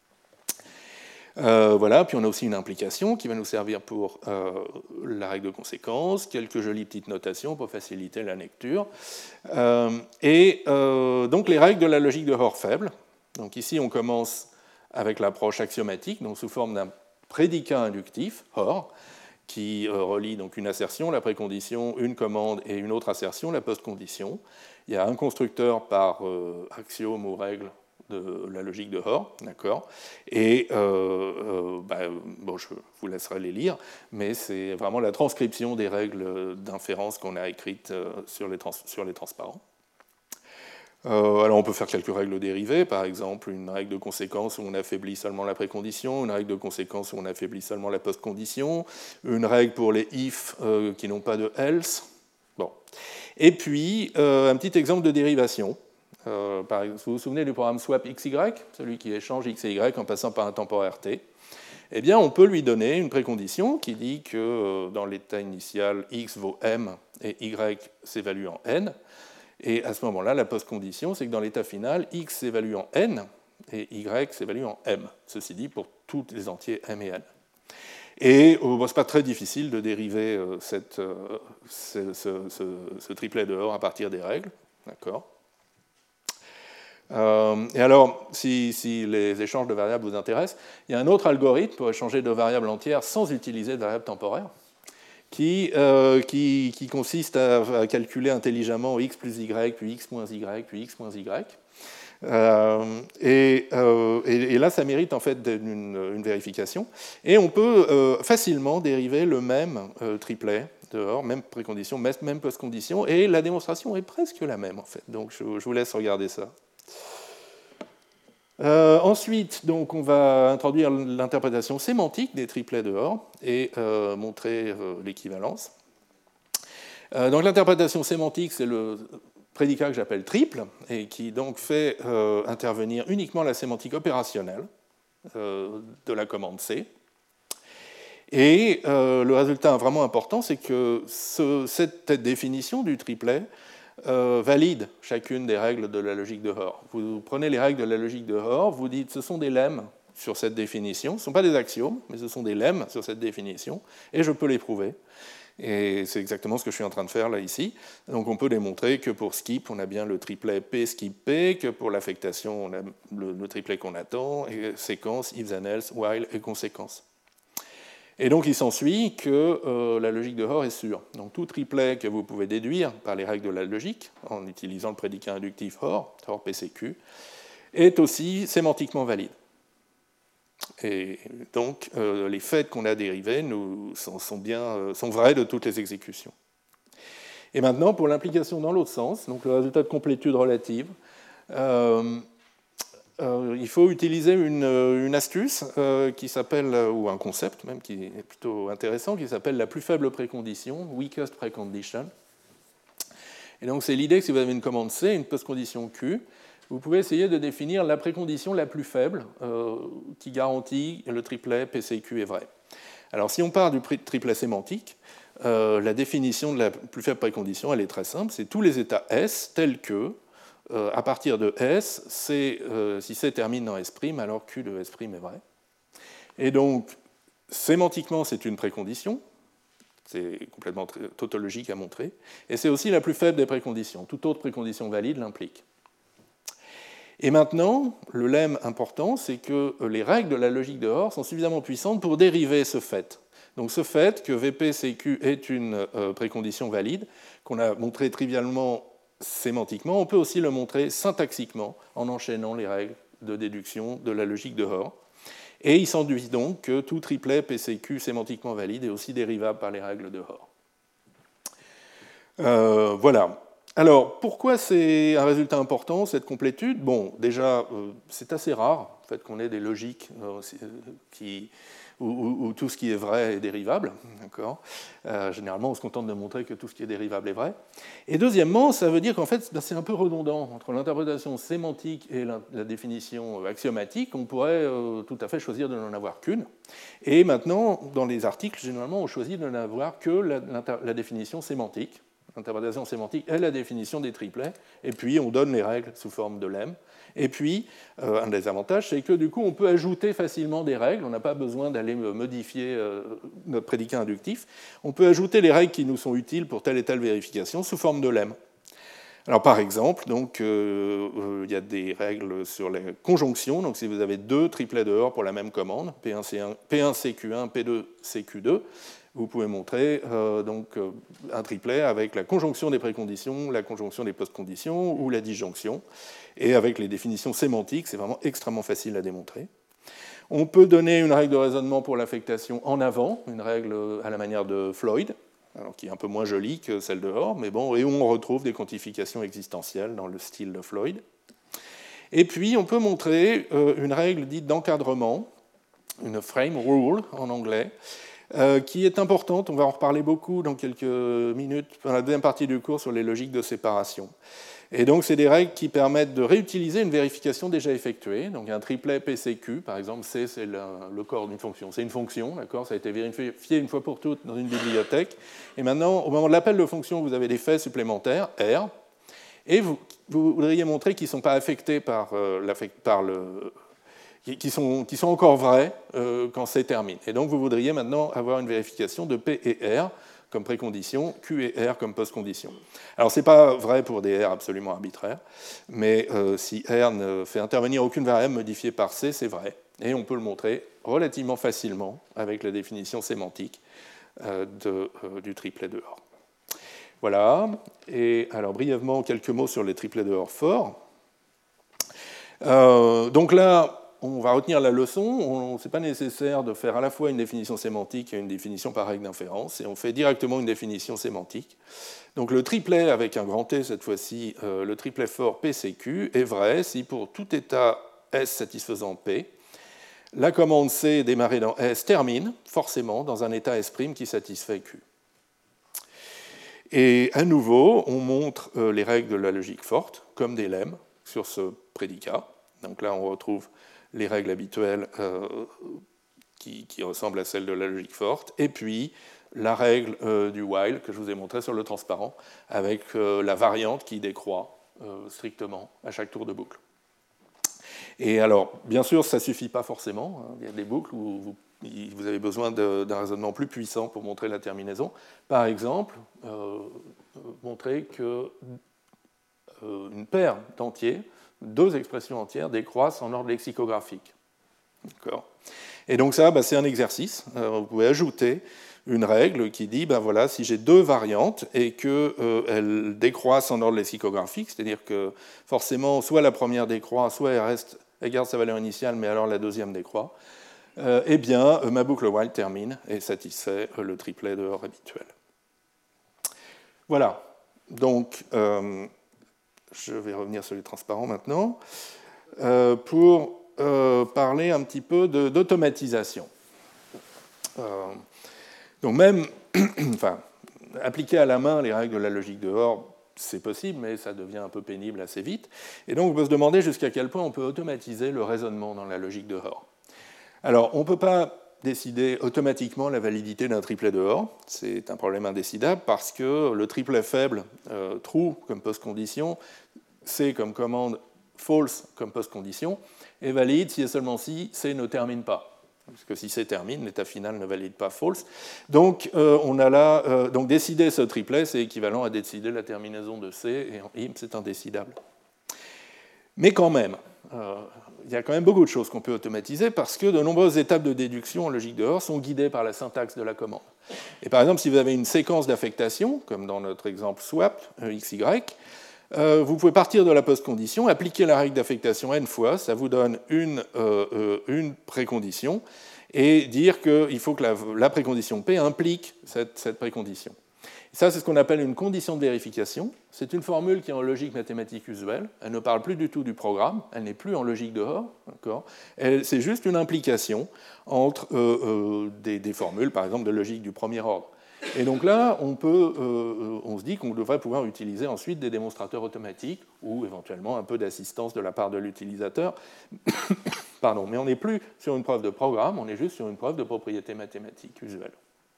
Euh, voilà, puis on a aussi une implication qui va nous servir pour euh, la règle de conséquence, quelques jolies petites notations pour faciliter la lecture. Euh, et euh, donc les règles de la logique de Hoare faible. Donc ici, on commence avec l'approche axiomatique, donc sous forme d'un prédicat inductif, Hoare, qui euh, relie donc une assertion, la précondition, une commande et une autre assertion, la postcondition. Il y a un constructeur par euh, axiome ou règle de la logique de Hoare, d'accord. Et euh, euh, bah, bon, je vous laisserai les lire, mais c'est vraiment la transcription des règles d'inférence qu'on a écrites euh, sur, les trans sur les transparents. Euh, alors on peut faire quelques règles dérivées, par exemple une règle de conséquence où on affaiblit seulement la précondition, une règle de conséquence où on affaiblit seulement la postcondition, une règle pour les if euh, qui n'ont pas de else. Bon. Et puis euh, un petit exemple de dérivation. Euh, par exemple, vous vous souvenez du programme swap xy, celui qui échange x et y en passant par un temporaire t. Eh bien, on peut lui donner une précondition qui dit que euh, dans l'état initial, x vaut m et y s'évalue en n. Et à ce moment-là, la postcondition, c'est que dans l'état final, x s'évalue en n et y s'évalue en m. Ceci dit, pour tous les entiers m et n. Et euh, bon, ce n'est pas très difficile de dériver euh, cette, euh, ce, ce, ce, ce triplet de Hoare à partir des règles. D'accord. Euh, et alors, si, si les échanges de variables vous intéressent, il y a un autre algorithme pour échanger de variables entières sans utiliser de variables temporaires, qui, euh, qui, qui consiste à, à calculer intelligemment x plus y, puis x moins y, puis x moins y. Euh, et, euh, et, et là, ça mérite en fait une, une vérification. Et on peut euh, facilement dériver le même euh, triplet dehors, même précondition, même post-condition, et la démonstration est presque la même en fait. Donc je, je vous laisse regarder ça. Euh, ensuite, donc, on va introduire l'interprétation sémantique des triplets dehors et euh, montrer euh, l'équivalence. Euh, donc l'interprétation sémantique, c'est le prédicat que j'appelle triple, et qui donc fait euh, intervenir uniquement la sémantique opérationnelle euh, de la commande C. Et euh, le résultat vraiment important, c'est que ce, cette définition du triplet euh, valide chacune des règles de la logique de Hoare. Vous prenez les règles de la logique de Hoare, vous dites ce sont des lemmes sur cette définition, ce ne sont pas des axiomes, mais ce sont des lemmes sur cette définition, et je peux les prouver. Et c'est exactement ce que je suis en train de faire là ici. Donc on peut démontrer que pour skip, on a bien le triplet P skip P, que pour l'affectation, on a le, le triplet qu'on attend, et séquence, if then else, while et conséquence. Et donc il s'ensuit que euh, la logique de Hoare est sûre. Donc tout triplet que vous pouvez déduire par les règles de la logique, en utilisant le prédicat inductif Hoare, Hoare P C Q, est aussi sémantiquement valide. Et donc euh, les faits qu'on a dérivés nous, sont, sont, bien, euh, sont vrais de toutes les exécutions. Et maintenant, pour l'implication dans l'autre sens, donc le résultat de complétude relative, euh, Euh, il faut utiliser une, une astuce euh, qui s'appelle, ou un concept même qui est plutôt intéressant, qui s'appelle la plus faible précondition, weakest precondition. Et donc c'est l'idée que si vous avez une commande C, une postcondition Q, vous pouvez essayer de définir la précondition la plus faible euh, qui garantit que le triplet P C Q est vrai. Alors si on part du triplet sémantique, euh, la définition de la plus faible précondition, elle est très simple, c'est tous les états S tels que Euh, à partir de S, C, euh, si C termine dans S', alors Q de S' est vrai. Et donc, sémantiquement, c'est une précondition, c'est complètement tautologique à montrer, et c'est aussi la plus faible des préconditions. Toute autre précondition valide l'implique. Et maintenant, le lemme important, c'est que les règles de la logique de Hoare sont suffisamment puissantes pour dériver ce fait. Donc ce fait que V P C Q est une euh, précondition valide, qu'on a montré trivialement sémantiquement, on peut aussi le montrer syntaxiquement en enchaînant les règles de déduction de la logique de Hoare. Et il s'enduit donc que tout triplet P C Q sémantiquement valide est aussi dérivable par les règles de Hoare. Euh, voilà. Alors, pourquoi c'est un résultat important, cette complétude ? Bon, déjà, euh, c'est assez rare, en fait, qu'on ait des logiques euh, qui... Où, où, où tout ce qui est vrai est dérivable. D'accord ? Euh, généralement, on se contente de montrer que tout ce qui est dérivable est vrai. Et deuxièmement, ça veut dire qu'en fait, ben, c'est un peu redondant. Entre l'interprétation sémantique et la, la définition axiomatique, on pourrait euh, tout à fait choisir de n'en avoir qu'une. Et maintenant, dans les articles, généralement, on choisit de n'avoir que la, la définition sémantique. L'interprétation sémantique est la définition des triplets, et puis on donne les règles sous forme de lemme. Et puis, euh, un des avantages, c'est que du coup, on peut ajouter facilement des règles, on n'a pas besoin d'aller modifier euh, notre prédicat inductif, on peut ajouter les règles qui nous sont utiles pour telle et telle vérification sous forme de lemme. Alors par exemple, donc, euh, euh, il y a des règles sur les conjonctions, donc si vous avez deux triplets de Hoare pour la même commande, P un C Q un, P deux C Q deux, vous pouvez montrer euh, donc, euh, un triplet avec la conjonction des préconditions, la conjonction des postconditions ou la disjonction. Et avec les définitions sémantiques, c'est vraiment extrêmement facile à démontrer. On peut donner une règle de raisonnement pour l'affectation en avant, une règle à la manière de Floyd, alors qui est un peu moins jolie que celle de Hoare, mais bon, et où on retrouve des quantifications existentielles dans le style de Floyd. Et puis, on peut montrer euh, une règle dite d'encadrement, une frame rule en anglais, Euh, qui est importante, on va en reparler beaucoup dans quelques minutes, dans la deuxième partie du cours, sur les logiques de séparation. Et donc, c'est des règles qui permettent de réutiliser une vérification déjà effectuée. Donc, un triplet P C Q, par exemple, C, c'est le, le corps d'une fonction. C'est une fonction, d'accord ? Ça a été vérifié une fois pour toutes dans une bibliothèque. Et maintenant, au moment de l'appel de fonction, vous avez des faits supplémentaires, R, et vous, vous voudriez montrer qu'ils ne sont pas affectés par, euh, par le... Qui sont, qui sont encore vrais euh, quand C termine. Et donc vous voudriez maintenant avoir une vérification de P et R comme précondition, Q et R comme postcondition. Alors ce n'est pas vrai pour des R absolument arbitraires, mais euh, si R ne fait intervenir aucune variable modifiée par C, c'est vrai. Et on peut le montrer relativement facilement avec la définition sémantique euh, de, euh, du triplet de Hoare. Voilà. Et alors brièvement, quelques mots sur les triplets de Hoare forts. Euh, donc là, on va retenir la leçon. Ce n'est pas nécessaire de faire à la fois une définition sémantique et une définition par règle d'inférence, et on fait directement une définition sémantique. Donc le triplet avec un grand T cette fois-ci, euh, le triplet fort P C Q est vrai si pour tout état S satisfaisant P, la commande C démarrée dans S termine forcément dans un état S' qui satisfait Q. Et à nouveau, on montre euh, les règles de la logique forte comme des lemmes sur ce prédicat. Donc là, on retrouve les règles habituelles euh, qui, qui ressemblent à celles de la logique forte, et puis la règle euh, du while que je vous ai montré sur le transparent, avec euh, la variante qui décroît euh, strictement à chaque tour de boucle. Et alors, bien sûr, ça ne suffit pas forcément. Hein. Il y a des boucles où vous, vous avez besoin de, d'un raisonnement plus puissant pour montrer la terminaison. Par exemple, euh, montrer que euh, une paire d'entiers, deux expressions entières décroissent en ordre lexicographique. D'accord. Et donc ça, bah, c'est un exercice. Euh, vous pouvez ajouter une règle qui dit, ben voilà, si j'ai deux variantes et qu'elles euh, décroissent en ordre lexicographique, c'est-à-dire que forcément, soit la première décroît, soit elle reste, elle garde sa valeur initiale, mais alors la deuxième décroît, euh, eh bien, ma boucle while termine et satisfait le triplet de Hoare habituel. Voilà. Donc, euh, je vais revenir sur les transparents maintenant, euh, pour euh, parler un petit peu de, d'automatisation. Euh, donc même, enfin, appliquer à la main les règles de la logique de Hoare, c'est possible, mais ça devient un peu pénible assez vite. Et donc on peut se demander jusqu'à quel point on peut automatiser le raisonnement dans la logique de Hoare. Alors, on ne peut pas décider automatiquement la validité d'un triplet de Hoare. C'est un problème indécidable parce que le triplet faible, euh, true comme postcondition, C comme commande, false comme postcondition, est valide si et seulement si C ne termine pas. Parce que si C termine, l'état final ne valide pas false. Donc, euh, on a là, euh, donc décider ce triplet, c'est équivalent à décider la terminaison de C, et en I M, c'est indécidable. Mais quand même, euh, il y a quand même beaucoup de choses qu'on peut automatiser parce que de nombreuses étapes de déduction en logique de Hoare sont guidées par la syntaxe de la commande. Et par exemple, si vous avez une séquence d'affectation, comme dans notre exemple swap, X Y, euh, vous pouvez partir de la postcondition, appliquer la règle d'affectation n fois, ça vous donne une, euh, euh, une précondition, et dire qu'il faut que la, la précondition P implique cette, cette précondition. Ça, c'est ce qu'on appelle une condition de vérification. C'est une formule qui est en logique mathématique usuelle. Elle ne parle plus du tout du programme. Elle n'est plus en logique de Hoare. C'est juste une implication entre euh, euh, des, des formules, par exemple, de logique du premier ordre. Et donc là, on, peut, euh, on se dit qu'on devrait pouvoir utiliser ensuite des démonstrateurs automatiques ou éventuellement un peu d'assistance de la part de l'utilisateur. Pardon, mais on n'est plus sur une preuve de programme, on est juste sur une preuve de propriété mathématique usuelle.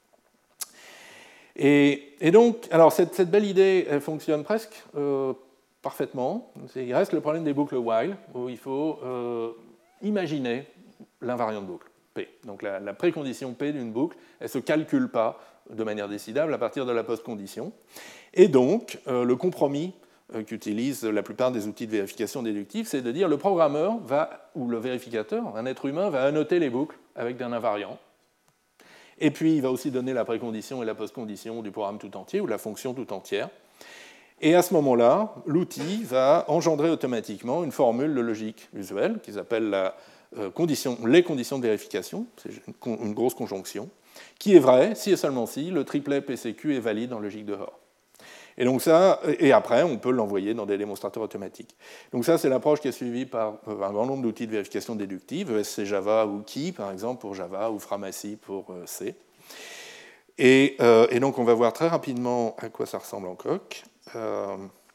Et, et donc, alors cette, cette belle idée, elle fonctionne presque euh, parfaitement. Il reste le problème des boucles while, où il faut euh, imaginer l'invariant de boucle, P. Donc la, la précondition P d'une boucle, elle ne se calcule pas de manière décidable à partir de la postcondition. Et donc, euh, le compromis euh, qu'utilisent la plupart des outils de vérification déductive, c'est de dire le programmeur va, ou le vérificateur, un être humain, va annoter les boucles avec un invariant. Et puis, il va aussi donner la précondition et la postcondition du programme tout entier, ou la fonction tout entière. Et à ce moment-là, l'outil va engendrer automatiquement une formule de logique usuelle, qu'ils appellent la, euh, condition, les conditions de vérification, c'est une, une grosse conjonction, qui est vraie si et seulement si le triplet P C Q est valide en logique de Hoare. Et, donc ça, et après, on peut l'envoyer dans des démonstrateurs automatiques. Donc ça, c'est l'approche qui est suivie par un grand nombre d'outils de vérification déductive, E S C Java ou Key, par exemple, pour Java, ou Framassi pour C. Et, euh, et donc, on va voir très rapidement à quoi ça ressemble en coq. Euh,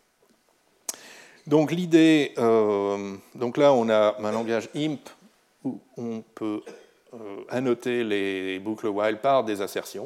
donc l'idée, euh, donc là, on a un langage I M P où on peut euh, annoter les boucles while par des assertions.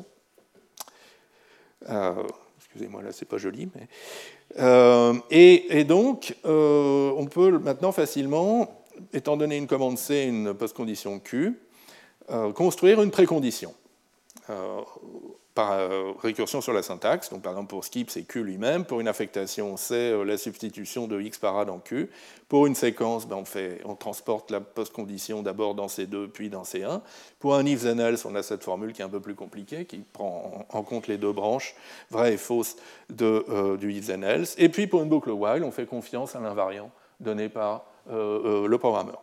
Euh, Excusez-moi, là, c'est pas joli. Mais... Euh, et, et donc, euh, on peut maintenant facilement, étant donné une commande C et une postcondition Q, euh, construire une précondition. Euh, par euh, récursion sur la syntaxe. Donc, par exemple, pour skip, c'est Q lui-même. Pour une affectation, c'est euh, la substitution de X parade en Q. Pour une séquence, ben, on, fait, on transporte la post-condition d'abord dans C deux, puis dans C un. Pour un if then else, on a cette formule qui est un peu plus compliquée, qui prend en compte les deux branches, vraies et fausses, de, euh, du if then else. Et puis, pour une boucle while, on fait confiance à l'invariant donné par euh, euh, le programmeur.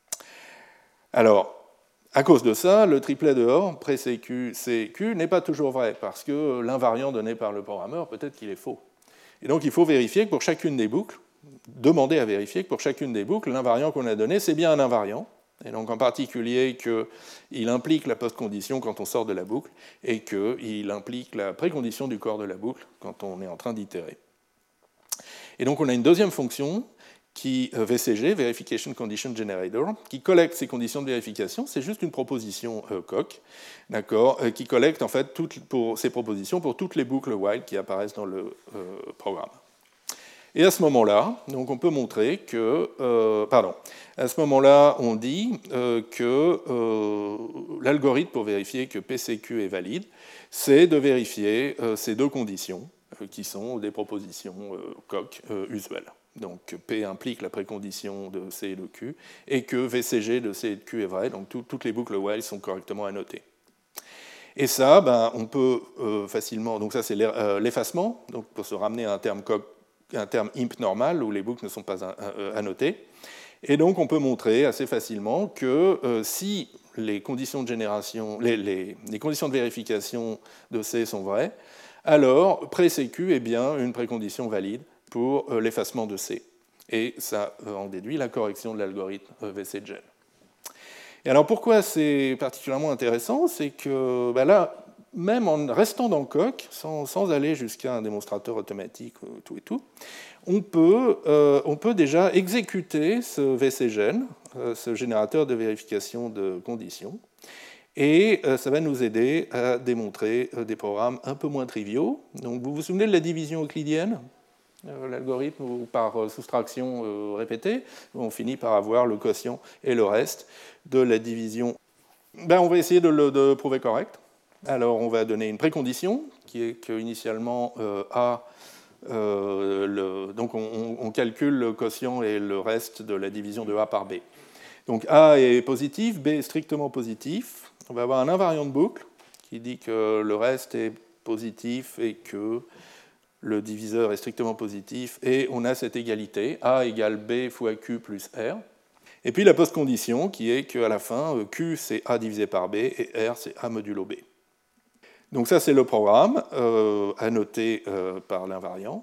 Alors, à cause de ça, le triplet dehors, pré-C Q, C Q, n'est pas toujours vrai, parce que l'invariant donné par le programmeur, peut-être qu'il est faux. Et donc, il faut vérifier que pour chacune des boucles, demander à vérifier que pour chacune des boucles, l'invariant qu'on a donné, c'est bien un invariant, et donc en particulier qu'il implique la post-condition quand on sort de la boucle, et qu'il implique la précondition du corps de la boucle quand on est en train d'itérer. Et donc, on a une deuxième fonction, qui, V C G, Verification Condition Generator, qui collecte ces conditions de vérification. C'est juste une proposition euh, coq, d'accord, euh, qui collecte en fait toutes, pour, ces propositions pour toutes les boucles while qui apparaissent dans le euh, programme. Et à ce moment-là, donc on peut montrer que, euh, pardon, à ce moment-là, on dit euh, que euh, l'algorithme pour vérifier que P C Q est valide, c'est de vérifier euh, ces deux conditions, euh, qui sont des propositions euh, coq euh, usuelles. Donc P implique la précondition de C et de Q, et que V C G de C et de Q est vrai, donc tout, toutes les boucles while sont correctement annotées. Et ça, ben, on peut euh, facilement, donc ça c'est l'effacement, donc pour se ramener à un terme, un terme imp normal où les boucles ne sont pas annotées. Et donc on peut montrer assez facilement que euh, si les conditions de génération, les, les, les conditions de vérification de C sont vraies, alors pré-C Q est bien une précondition valide pour euh, l'effacement de C. Et ça euh, en déduit la correction de l'algorithme euh, V C G. Et alors pourquoi c'est particulièrement intéressant? C'est que ben là, même en restant dans coq, sans, sans aller jusqu'à un démonstrateur automatique, euh, tout et tout, on peut, euh, on peut déjà exécuter ce V C G, euh, ce générateur de vérification de conditions, et euh, ça va nous aider à démontrer euh, des programmes un peu moins triviaux. Donc vous vous souvenez de la division euclidienne? L'algorithme où par soustraction répétée, on finit par avoir le quotient et le reste de la division. Ben, on va essayer de le de prouver correct. Alors on va donner une précondition qui est qu'initialement euh, A, euh, le, donc on, on calcule le quotient et le reste de la division de A par B. Donc A est positif, B est strictement positif. On va avoir un invariant de boucle qui dit que le reste est positif et que le diviseur est strictement positif, et on a cette égalité, A égale B fois Q plus R. Et puis la post-condition, qui est qu'à la fin, Q c'est A divisé par B, et R c'est A modulo B. Donc ça c'est le programme, euh, annoté euh, par l'invariant,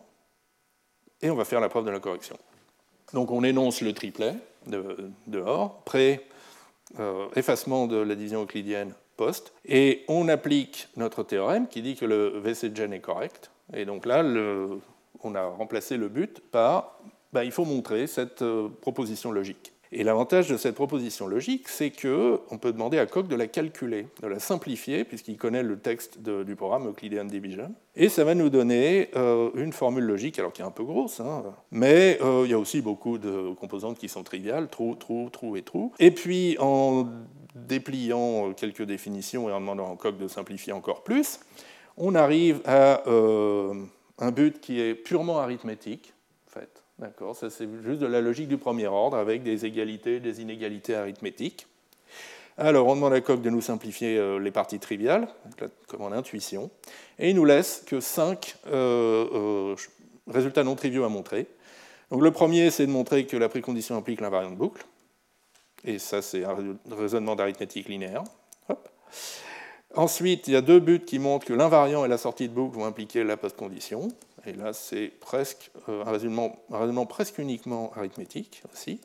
et on va faire la preuve de la correction. Donc on énonce le triplet de, dehors, pré, euh, effacement de la division euclidienne, post, et on applique notre théorème qui dit que le V C G est correct. Et donc là, le, on a remplacé le but par, ben, il faut montrer cette euh, proposition logique. Et l'avantage de cette proposition logique, c'est qu'on peut demander à Coq de la calculer, de la simplifier, puisqu'il connaît le texte de, du programme Euclidean Division. Et ça va nous donner euh, une formule logique, alors qui est un peu grosse, hein, mais euh, il y a aussi beaucoup de composantes qui sont triviales, true, true, true et true. Et puis, en dépliant quelques définitions et en demandant à Coq de simplifier encore plus, on arrive à euh, un but qui est purement arithmétique, en fait. D'accord, ça c'est juste de la logique du premier ordre avec des égalités, des inégalités arithmétiques. Alors, on demande à Coq de nous simplifier euh, les parties triviales, comme en intuition, et il nous laisse que cinq euh, euh, résultats non triviaux à montrer. Donc, le premier, c'est de montrer que la précondition implique l'invariant de boucle, et ça c'est un raisonnement d'arithmétique linéaire. Hop. Ensuite, il y a deux buts qui montrent que l'invariant et la sortie de boucle vont impliquer la post-condition. Et là, c'est presque euh, un, raisonnement, un raisonnement presque uniquement arithmétique aussi.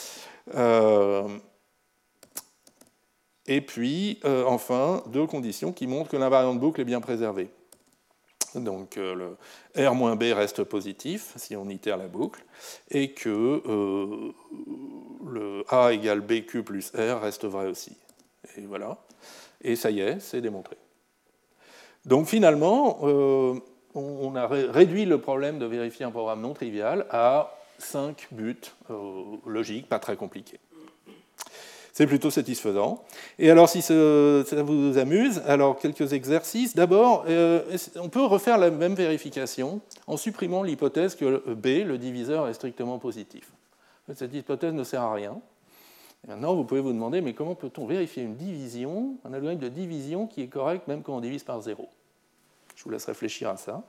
Euh, et puis, euh, enfin, deux conditions qui montrent que l'invariant de boucle est bien préservé. Donc, euh, le R moins B reste positif si on itère la boucle, et que euh, le A égale B Q plus R reste vrai aussi. Et voilà. Et ça y est, c'est démontré. Donc finalement, euh, on a réduit le problème de vérifier un programme non trivial à cinq buts euh, logiques, pas très compliqués. C'est plutôt satisfaisant. Et alors, si ça, ça vous amuse, alors quelques exercices. D'abord, euh, on peut refaire la même vérification en supprimant l'hypothèse que B, le diviseur, est strictement positif. Cette hypothèse ne sert à rien. Et maintenant, vous pouvez vous demander, mais comment peut-on vérifier une division, un algorithme de division qui est correct même quand on divise par zéro? Je vous laisse réfléchir à ça.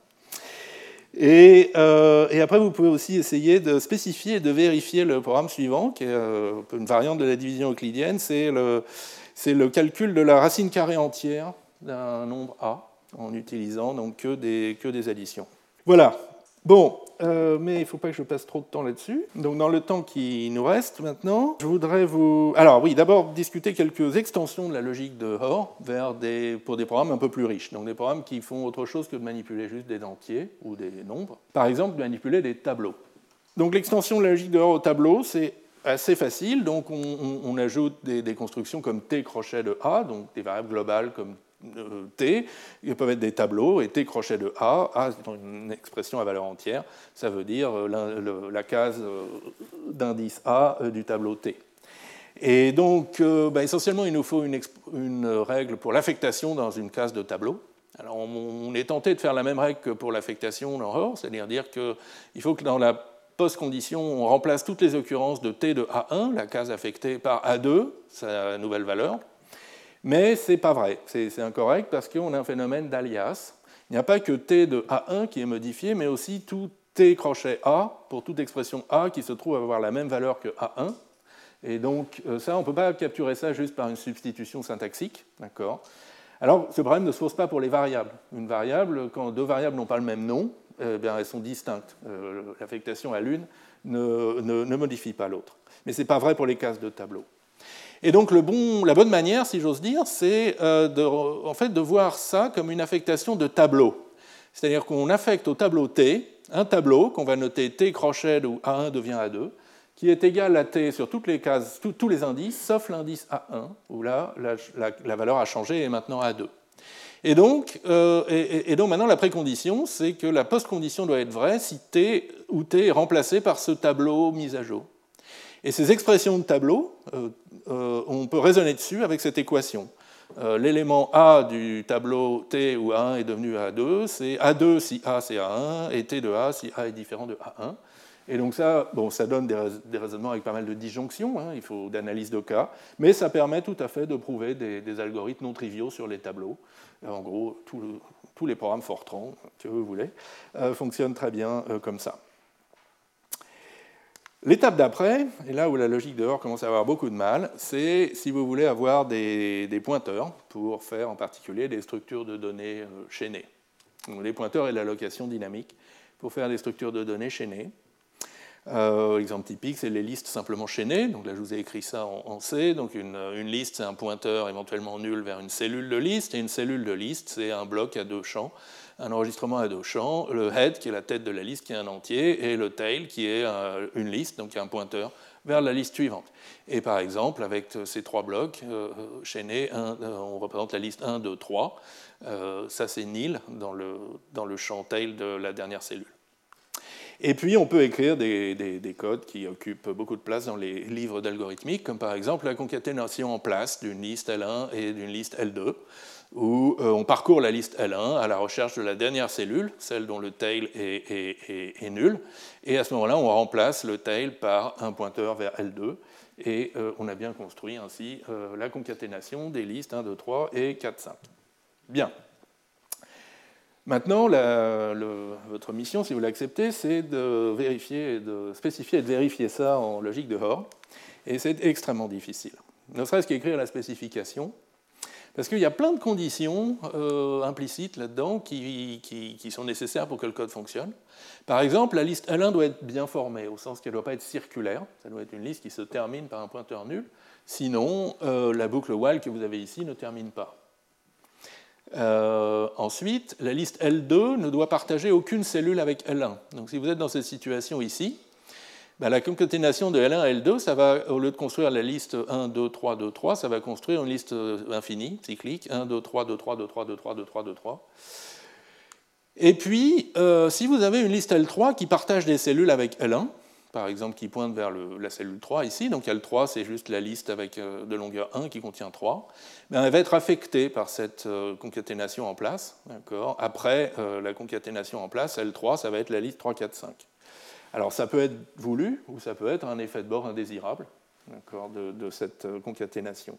Et, euh, et après, vous pouvez aussi essayer de spécifier et de vérifier le programme suivant, qui est euh, une variante de la division euclidienne, c'est le, c'est le calcul de la racine carrée entière d'un nombre A, en utilisant donc que des, que des additions. Voilà. Bon, euh, mais il ne faut pas que je passe trop de temps là-dessus. Donc, dans le temps qui nous reste maintenant, je voudrais vous... Alors oui, d'abord discuter quelques extensions de la logique de Hoare vers des... pour des programmes un peu plus riches. Donc des programmes qui font autre chose que de manipuler juste des entiers ou des nombres. Par exemple, manipuler des tableaux. Donc l'extension de la logique de Hoare au tableau, c'est assez facile. Donc on, on, on ajoute des, des constructions comme T crochet de A, donc des variables globales comme T, ils peuvent être des tableaux, et T crochet de A, A c'est une expression à valeur entière, ça veut dire la, la case d'indice A du tableau T. Et donc, euh, bah, essentiellement, il nous faut une, une règle pour l'affectation dans une case de tableau. Alors, on, on est tenté de faire la même règle que pour l'affectation dans Hoare, c'est-à-dire dire qu'il faut que dans la post-condition, on remplace toutes les occurrences de T de A un, la case affectée, par A deux, sa nouvelle valeur. Mais ce n'est pas vrai, c'est incorrect parce qu'on a un phénomène d'alias. Il n'y a pas que T de A un qui est modifié, mais aussi tout T crochet A pour toute expression A qui se trouve avoir la même valeur que A un. Et donc ça, on ne peut pas capturer ça juste par une substitution syntaxique. D'accord. Alors ce problème ne se pose pas pour les variables. Une variable, quand deux variables n'ont pas le même nom, eh bien, elles sont distinctes. Euh, L'affectation à l'une ne, ne, ne modifie pas l'autre. Mais ce n'est pas vrai pour les cases de tableau. Et donc le bon, la bonne manière, si j'ose dire, c'est euh, de, en fait, de voir ça comme une affectation de tableau. C'est-à-dire qu'on affecte au tableau T un tableau qu'on va noter T crochet où A un devient A deux, qui est égal à T sur toutes les cases, tout, tous les indices, sauf l'indice A un, où là, la, la, la valeur a changé et est maintenant A deux. Et donc, euh, et, et donc maintenant, la précondition, c'est que la post-condition doit être vraie si T ou T est remplacé par ce tableau mis à jour. Et ces expressions de tableau, euh, euh, on peut raisonner dessus avec cette équation. Euh, L'élément A du tableau T où A un est devenu A deux, c'est A deux si A c'est A un, et T de A si A est différent de A un. Et donc ça, bon, ça donne des, rais des raisonnements avec pas mal de disjonctions, hein, il faut d'analyse de cas, mais ça permet tout à fait de prouver des, des algorithmes non triviaux sur les tableaux. En gros, tout le, tous les programmes Fortran, que vous voulez, euh, fonctionnent très bien euh, comme ça. L'étape d'après, et là où la logique de Hoare commence à avoir beaucoup de mal, c'est si vous voulez avoir des, des pointeurs pour faire en particulier des structures de données euh, chaînées. Donc, les pointeurs et l'allocation dynamique pour faire des structures de données chaînées. Euh, exemple typique, c'est les listes simplement chaînées. Donc là, je vous ai écrit ça en, en C. Donc une, une liste, c'est un pointeur éventuellement nul vers une cellule de liste. Et une cellule de liste, c'est un bloc à deux champs, un enregistrement à deux champs. Le head, qui est la tête de la liste, qui est un entier, et le tail, qui est un, une liste, donc un pointeur vers la liste suivante. Et par exemple, avec ces trois blocs euh, chaînés, un, on représente la liste un, deux, trois. Euh, ça, c'est nil dans le, dans le champ tail de la dernière cellule. Et puis, on peut écrire des, des, des codes qui occupent beaucoup de place dans les livres d'algorithmique, comme par exemple la concaténation en place d'une liste L un et d'une liste L deux, où euh, on parcourt la liste L un à la recherche de la dernière cellule, celle dont le tail est, est, est, est nul, et à ce moment-là, on remplace le tail par un pointeur vers L deux, et euh, on a bien construit ainsi euh, la concaténation des listes un, deux, trois et quatre, cinq. Bien. Maintenant, la, le, votre mission, si vous l'acceptez, c'est de vérifier, de spécifier et de vérifier ça en logique de Hoare. Et c'est extrêmement difficile. Ne serait-ce qu'écrire la spécification, parce qu'il y a plein de conditions euh, implicites là-dedans qui, qui, qui sont nécessaires pour que le code fonctionne. Par exemple, la liste L un doit être bien formée, au sens qu'elle ne doit pas être circulaire. Ça doit être une liste qui se termine par un pointeur nul. Sinon, euh, la boucle while que vous avez ici ne termine pas. Euh, ensuite, la liste L deux ne doit partager aucune cellule avec L un. Donc si vous êtes dans cette situation ici, ben, la concaténation de L un à L deux, ça va, au lieu de construire la liste un, deux, trois, deux, trois, ça va construire une liste infinie, cyclique, un, deux, trois, deux, trois, deux, trois, deux, trois, deux, trois, deux, trois. Et puis, euh, si vous avez une liste L trois qui partage des cellules avec L un, par exemple, qui pointe vers le, la cellule trois ici, donc il y a le trois, c'est juste la liste avec, euh, de longueur un qui contient trois, ben, elle va être affectée par cette euh, concaténation en place. Après euh, la concaténation en place, L trois, ça va être la liste trois, quatre, cinq. Alors ça peut être voulu, ou ça peut être un effet de bord indésirable de, de cette euh, concaténation.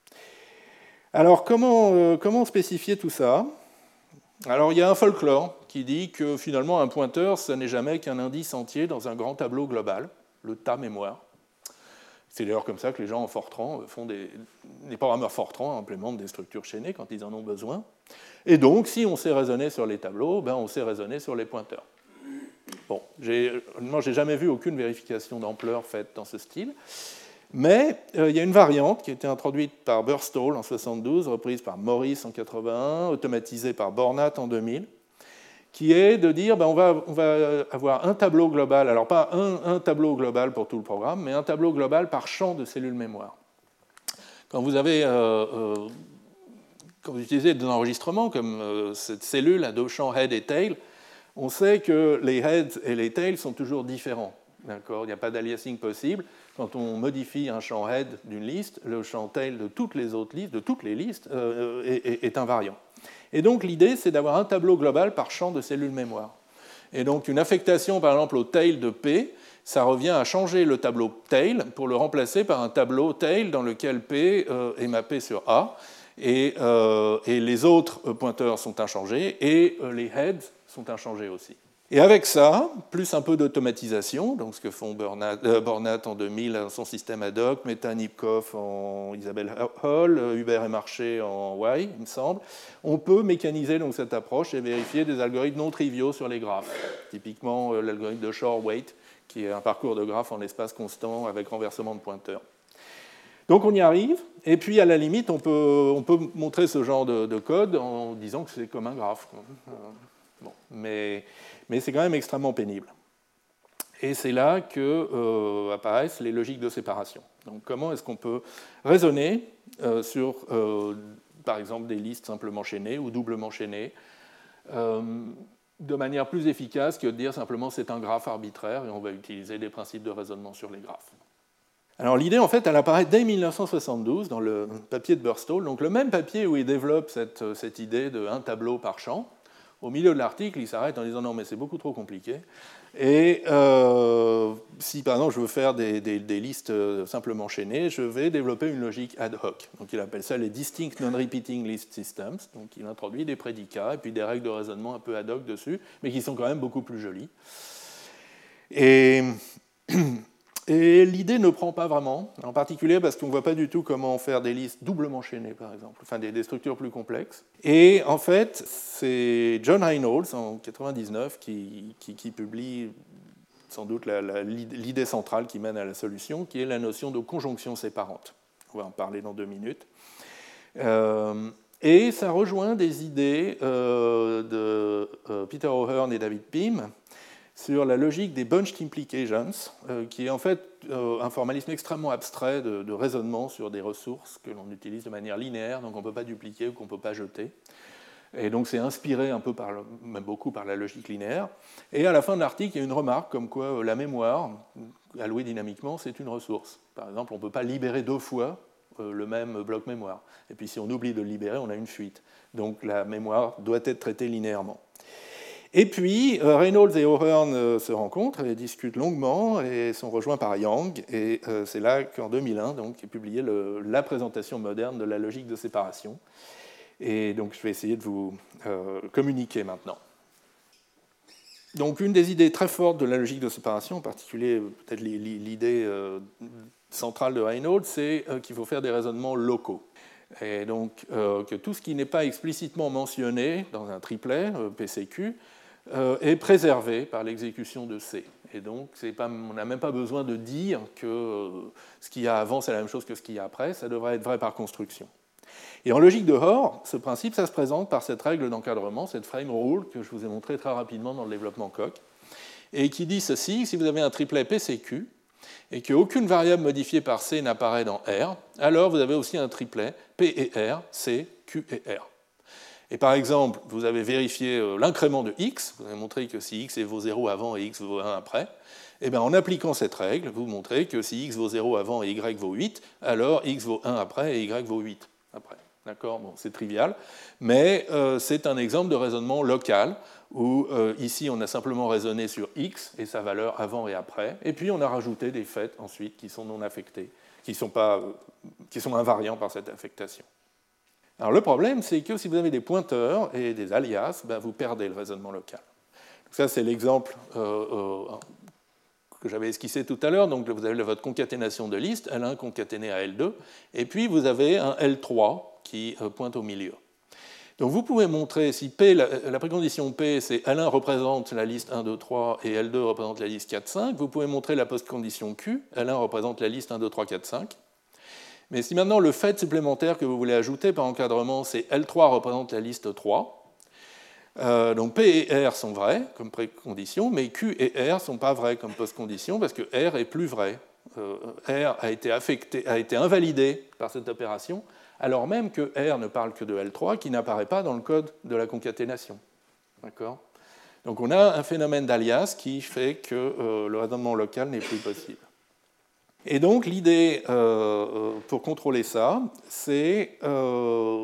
Alors comment, euh, comment spécifier tout ça? Alors il y a un folklore qui dit que finalement un pointeur, ce n'est jamais qu'un indice entier dans un grand tableau global, le tas mémoire. C'est d'ailleurs comme ça que les gens en Fortran font des, les programmeurs Fortran implémentent des structures chaînées quand ils en ont besoin. Et donc, si on sait raisonner sur les tableaux, ben on sait raisonner sur les pointeurs. Bon, moi, je n'ai jamais vu aucune vérification d'ampleur faite dans ce style. Mais euh, il y a une variante qui a été introduite par Burstall en mille neuf cent soixante-douze, reprise par Morris en mille neuf cent quatre-vingt-un, automatisée par Bornat en deux mille, qui est de dire ben, on, va, on va avoir un tableau global, alors pas un, un tableau global pour tout le programme, mais un tableau global par champ de cellules mémoire. Quand vous avez, euh, euh, quand vous utilisez des enregistrements comme euh, cette cellule à deux champs head et tail, on sait que les heads et les tails sont toujours différents. Il n'y a pas d'aliasing possible. Quand on modifie un champ head d'une liste, le champ tail de toutes les autres listes, de toutes les listes, euh, est, est invariant. Et donc l'idée, c'est d'avoir un tableau global par champ de cellules mémoire. Et donc une affectation, par exemple, au tail de P, ça revient à changer le tableau tail pour le remplacer par un tableau tail dans lequel P euh, est mappé sur A, et, euh, et les autres pointeurs sont inchangés, et euh, les heads sont inchangés aussi. Et avec ça, plus un peu d'automatisation, donc ce que font Bornat, euh, Bornat en deux mille dans son système ad hoc, Meta Nipkoff en Isabelle Hall, Hubert et Marché en Y, il me semble, on peut mécaniser donc cette approche et vérifier des algorithmes non triviaux sur les graphes. Typiquement euh, l'algorithme de Shor-Weight, qui est un parcours de graphes en espace constant avec renversement de pointeurs. Donc on y arrive, et puis à la limite, on peut, on peut montrer ce genre de, de code en disant que c'est comme un graphe. Bon, mais, mais c'est quand même extrêmement pénible. Et c'est là que euh, apparaissent les logiques de séparation. Donc comment est-ce qu'on peut raisonner euh, sur, euh, par exemple, des listes simplement chaînées ou doublement chaînées, euh, de manière plus efficace que de dire simplement c'est un graphe arbitraire et on va utiliser des principes de raisonnement sur les graphes. Alors l'idée, en fait, elle apparaît dès mille neuf cent soixante-douze dans le papier de Burstall, donc le même papier où il développe cette, cette idée d'un tableau par champ. Au milieu de l'article, il s'arrête en disant non, mais c'est beaucoup trop compliqué. Et euh, si, par exemple, je veux faire des, des, des listes simplement chaînées, je vais développer une logique ad hoc. Donc il appelle ça les Distinct Non-Repeating List Systems. Donc il introduit des prédicats et puis des règles de raisonnement un peu ad hoc dessus, mais qui sont quand même beaucoup plus jolies. Et... Et l'idée ne prend pas vraiment, en particulier parce qu'on ne voit pas du tout comment faire des listes doublement chaînées, par exemple, enfin des, des structures plus complexes. Et en fait, c'est John Reynolds, en mille neuf cent quatre-vingt-dix-neuf, qui, qui, qui publie sans doute la, la, l'idée centrale qui mène à la solution, qui est la notion de conjonction séparante. On va en parler dans deux minutes. Euh, et ça rejoint des idées euh, de euh, Peter O'Hearn et David Pym, sur la logique des bunched implications, euh, qui est en fait euh, un formalisme extrêmement abstrait de, de raisonnement sur des ressources que l'on utilise de manière linéaire, donc on ne peut pas dupliquer ou qu'on ne peut pas jeter. Et donc c'est inspiré un peu, par le, même beaucoup, par la logique linéaire. Et à la fin de l'article, il y a une remarque comme quoi euh, la mémoire, allouée dynamiquement, c'est une ressource. Par exemple, on ne peut pas libérer deux fois euh, le même bloc mémoire. Et puis si on oublie de le libérer, on a une fuite. Donc la mémoire doit être traitée linéairement. Et puis, Reynolds et O'Hearn se rencontrent et discutent longuement et sont rejoints par Yang. Et c'est là qu'en deux mille un, donc, est publiée le, la présentation moderne de la logique de séparation. Et donc, je vais essayer de vous euh, communiquer maintenant. Donc, une des idées très fortes de la logique de séparation, en particulier peut-être l'idée euh, centrale de Reynolds, c'est euh, qu'il faut faire des raisonnements locaux. Et donc, euh, que tout ce qui n'est pas explicitement mentionné dans un triplet, euh, P C Q, Euh, est préservé par l'exécution de C. Et donc, c'est pas, on n'a même pas besoin de dire que euh, ce qu'il y a avant, c'est la même chose que ce qu'il y a après, ça devrait être vrai par construction. Et en logique de Hoare, ce principe, ça se présente par cette règle d'encadrement, cette frame rule, que je vous ai montré très rapidement dans le développement Coq, et qui dit ceci: si vous avez un triplet P C Q, et qu'aucune variable modifiée par C n'apparaît dans R, alors vous avez aussi un triplet P et R, C, Q et R. Et par exemple, vous avez vérifié l'incrément de x, vous avez montré que si x vaut zéro avant et x vaut un après, Eh bien, en appliquant cette règle, vous montrez que si x vaut zéro avant et y vaut huit, alors x vaut un après et y vaut huit après. D'accord ? Bon, c'est trivial, mais euh, c'est un exemple de raisonnement local où euh, ici on a simplement raisonné sur x et sa valeur avant et après, et puis on a rajouté des faits ensuite qui sont non affectés, qui sont, pas, euh, qui sont invariants par cette affectation. Alors le problème, c'est que si vous avez des pointeurs et des alias, ben, vous perdez le raisonnement local. Donc ça, c'est l'exemple euh, euh, que j'avais esquissé tout à l'heure. Donc vous avez votre concaténation de liste, L un concaténé à L deux, et puis vous avez un L trois qui euh, pointe au milieu. Donc vous pouvez montrer, si P, la, la précondition P, c'est L un représente la liste un, deux, trois et L deux représente la liste quatre, cinq, vous pouvez montrer la postcondition Q, L un représente la liste un, deux, trois, quatre, cinq. Mais si maintenant le fait supplémentaire que vous voulez ajouter par encadrement, c'est L trois représente la liste trois, euh, donc P et R sont vrais comme précondition, mais Q et R ne sont pas vrais comme postcondition parce que R est plus vrai. Euh, R a été, affecté, a été invalidé par cette opération, alors même que R ne parle que de L trois qui n'apparaît pas dans le code de la concaténation. D'accord ? Donc on a un phénomène d'alias qui fait que euh, le raisonnement local n'est plus possible. Et donc l'idée euh, pour contrôler ça, c'est euh,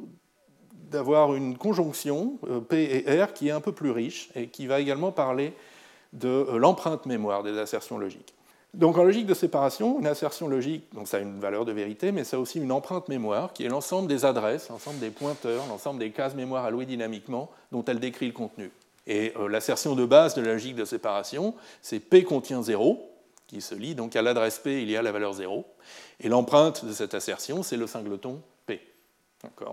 d'avoir une conjonction euh, P et R qui est un peu plus riche et qui va également parler de euh, l'empreinte mémoire des assertions logiques. Donc en logique de séparation, une assertion logique, donc ça a une valeur de vérité, mais ça a aussi une empreinte mémoire qui est l'ensemble des adresses, l'ensemble des pointeurs, l'ensemble des cases mémoire allouées dynamiquement dont elle décrit le contenu. Et euh, l'assertion de base de la logique de séparation, c'est P contient zéro, qui se lit, donc à l'adresse P, il y a la valeur zéro. Et l'empreinte de cette assertion, c'est le singleton P. D'accord ?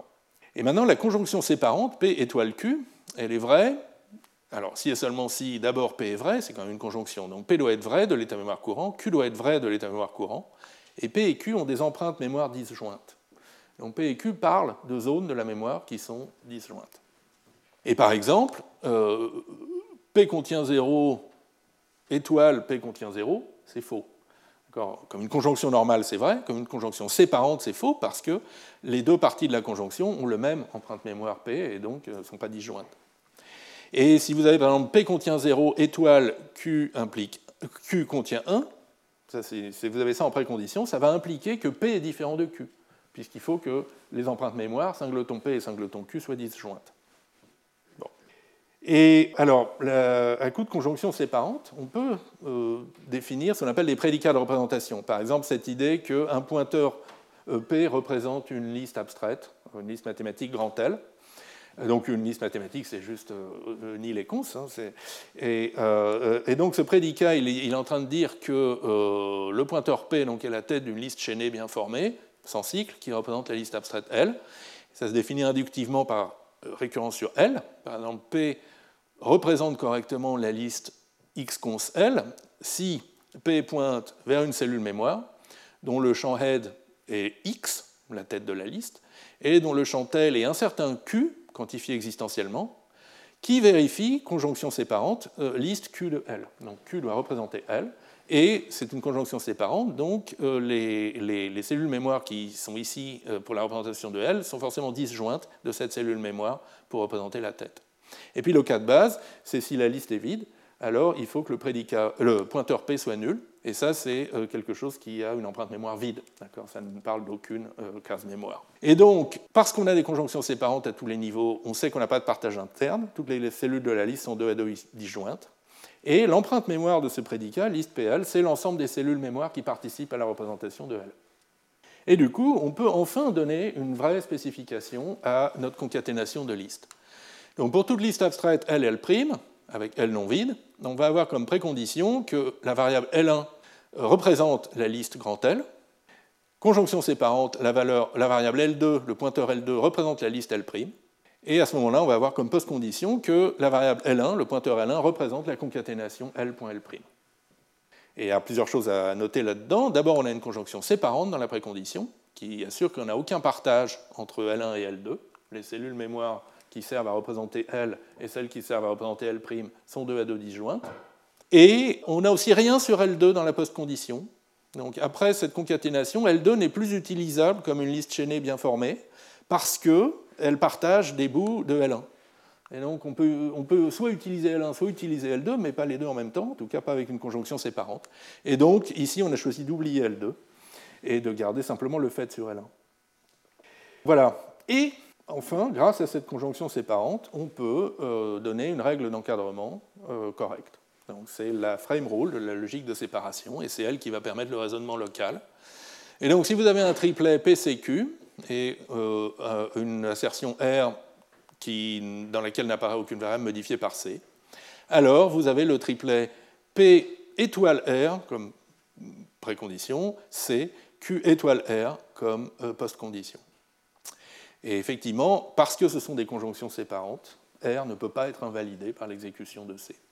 Et maintenant, la conjonction séparante, P étoile Q, elle est vraie. Alors, si et seulement si, d'abord P est vrai, c'est quand même une conjonction. Donc P doit être vrai de l'état mémoire courant, Q doit être vrai de l'état mémoire courant, et P et Q ont des empreintes mémoire disjointes. Donc P et Q parlent de zones de la mémoire qui sont disjointes. Et par exemple, euh, P contient zéro, étoile P contient zéro, c'est faux. Comme une conjonction normale, c'est vrai. Comme une conjonction séparante, c'est faux, parce que les deux parties de la conjonction ont le même empreinte mémoire P et donc ne sont pas disjointes. Et si vous avez par exemple P contient zéro, étoile Q implique Q contient un, ça, c'est, c'est, vous avez ça en précondition, ça va impliquer que P est différent de Q, puisqu'il faut que les empreintes mémoire, singleton P et singleton Q, soient disjointes. Bon. Et alors, la, à coup de conjonction séparante, on peut euh, définir ce qu'on appelle des prédicats de représentation. Par exemple, cette idée qu'un pointeur euh, P représente une liste abstraite, une liste mathématique grand L. Donc une liste mathématique, c'est juste euh, nil et cons. Hein, et, euh, et donc ce prédicat, il est, il est en train de dire que euh, le pointeur P donc, est la tête d'une liste chaînée bien formée, sans cycle, qui représente la liste abstraite L. Ça se définit inductivement par récurrence sur L. Par exemple, P représente correctement la liste X cons L si P pointe vers une cellule mémoire dont le champ head est X, la tête de la liste, et dont le champ tail est un certain Q, quantifié existentiellement, qui vérifie, conjonction séparante, euh, liste Q de L. Donc Q doit représenter L, et c'est une conjonction séparante, donc euh, les, les, les cellules mémoire qui sont ici euh, pour la représentation de L sont forcément disjointes de cette cellule mémoire pour représenter la tête. Et puis le cas de base, c'est si la liste est vide, alors il faut que le, prédicat, le pointeur P soit nul, et ça c'est quelque chose qui a une empreinte mémoire vide, d'accord ? Ça ne parle d'aucune euh, case mémoire. Et donc, parce qu'on a des conjonctions séparantes à tous les niveaux, on sait qu'on n'a pas de partage interne, toutes les cellules de la liste sont deux à deux disjointes, et l'empreinte mémoire de ce prédicat, liste P L, c'est l'ensemble des cellules mémoire qui participent à la représentation de L. Et du coup, on peut enfin donner une vraie spécification à notre concaténation de listes. Donc pour toute liste abstraite L, L', avec L non vide, on va avoir comme précondition que la variable L un représente la liste grand L. Conjonction séparante, la, valeur, la variable L deux, le pointeur L deux, représente la liste L'. Et à ce moment-là, on va avoir comme postcondition que la variable L un, le pointeur L un, représente la concaténation L.L'. Et il y a plusieurs choses à noter là-dedans. D'abord, on a une conjonction séparante dans la précondition, qui assure qu'on n'a aucun partage entre L un et L deux. Les cellules mémoire qui servent à représenter L et celles qui servent à représenter L' sont deux à deux disjointes. Et on n'a aussi rien sur L deux dans la postcondition. Donc après cette concaténation, L deux n'est plus utilisable comme une liste chaînée bien formée parce qu'elle partage des bouts de L un. Et donc on peut, on peut soit utiliser L un, soit utiliser L deux, mais pas les deux en même temps, en tout cas pas avec une conjonction séparante. Et donc ici on a choisi d'oublier L deux et de garder simplement le fait sur L un. Voilà. Et enfin, grâce à cette conjonction séparante, on peut euh, donner une règle d'encadrement euh, correcte. Donc c'est la frame rule de la logique de séparation, et c'est elle qui va permettre le raisonnement local. Et donc si vous avez un triplet P C Q et euh, une assertion R qui, dans laquelle n'apparaît aucune variable modifiée par C, alors vous avez le triplet P étoile R comme précondition, C, Q étoile R comme euh, postcondition. Et effectivement, parce que ce sont des conjonctions séparantes, R ne peut pas être invalidé par l'exécution de C.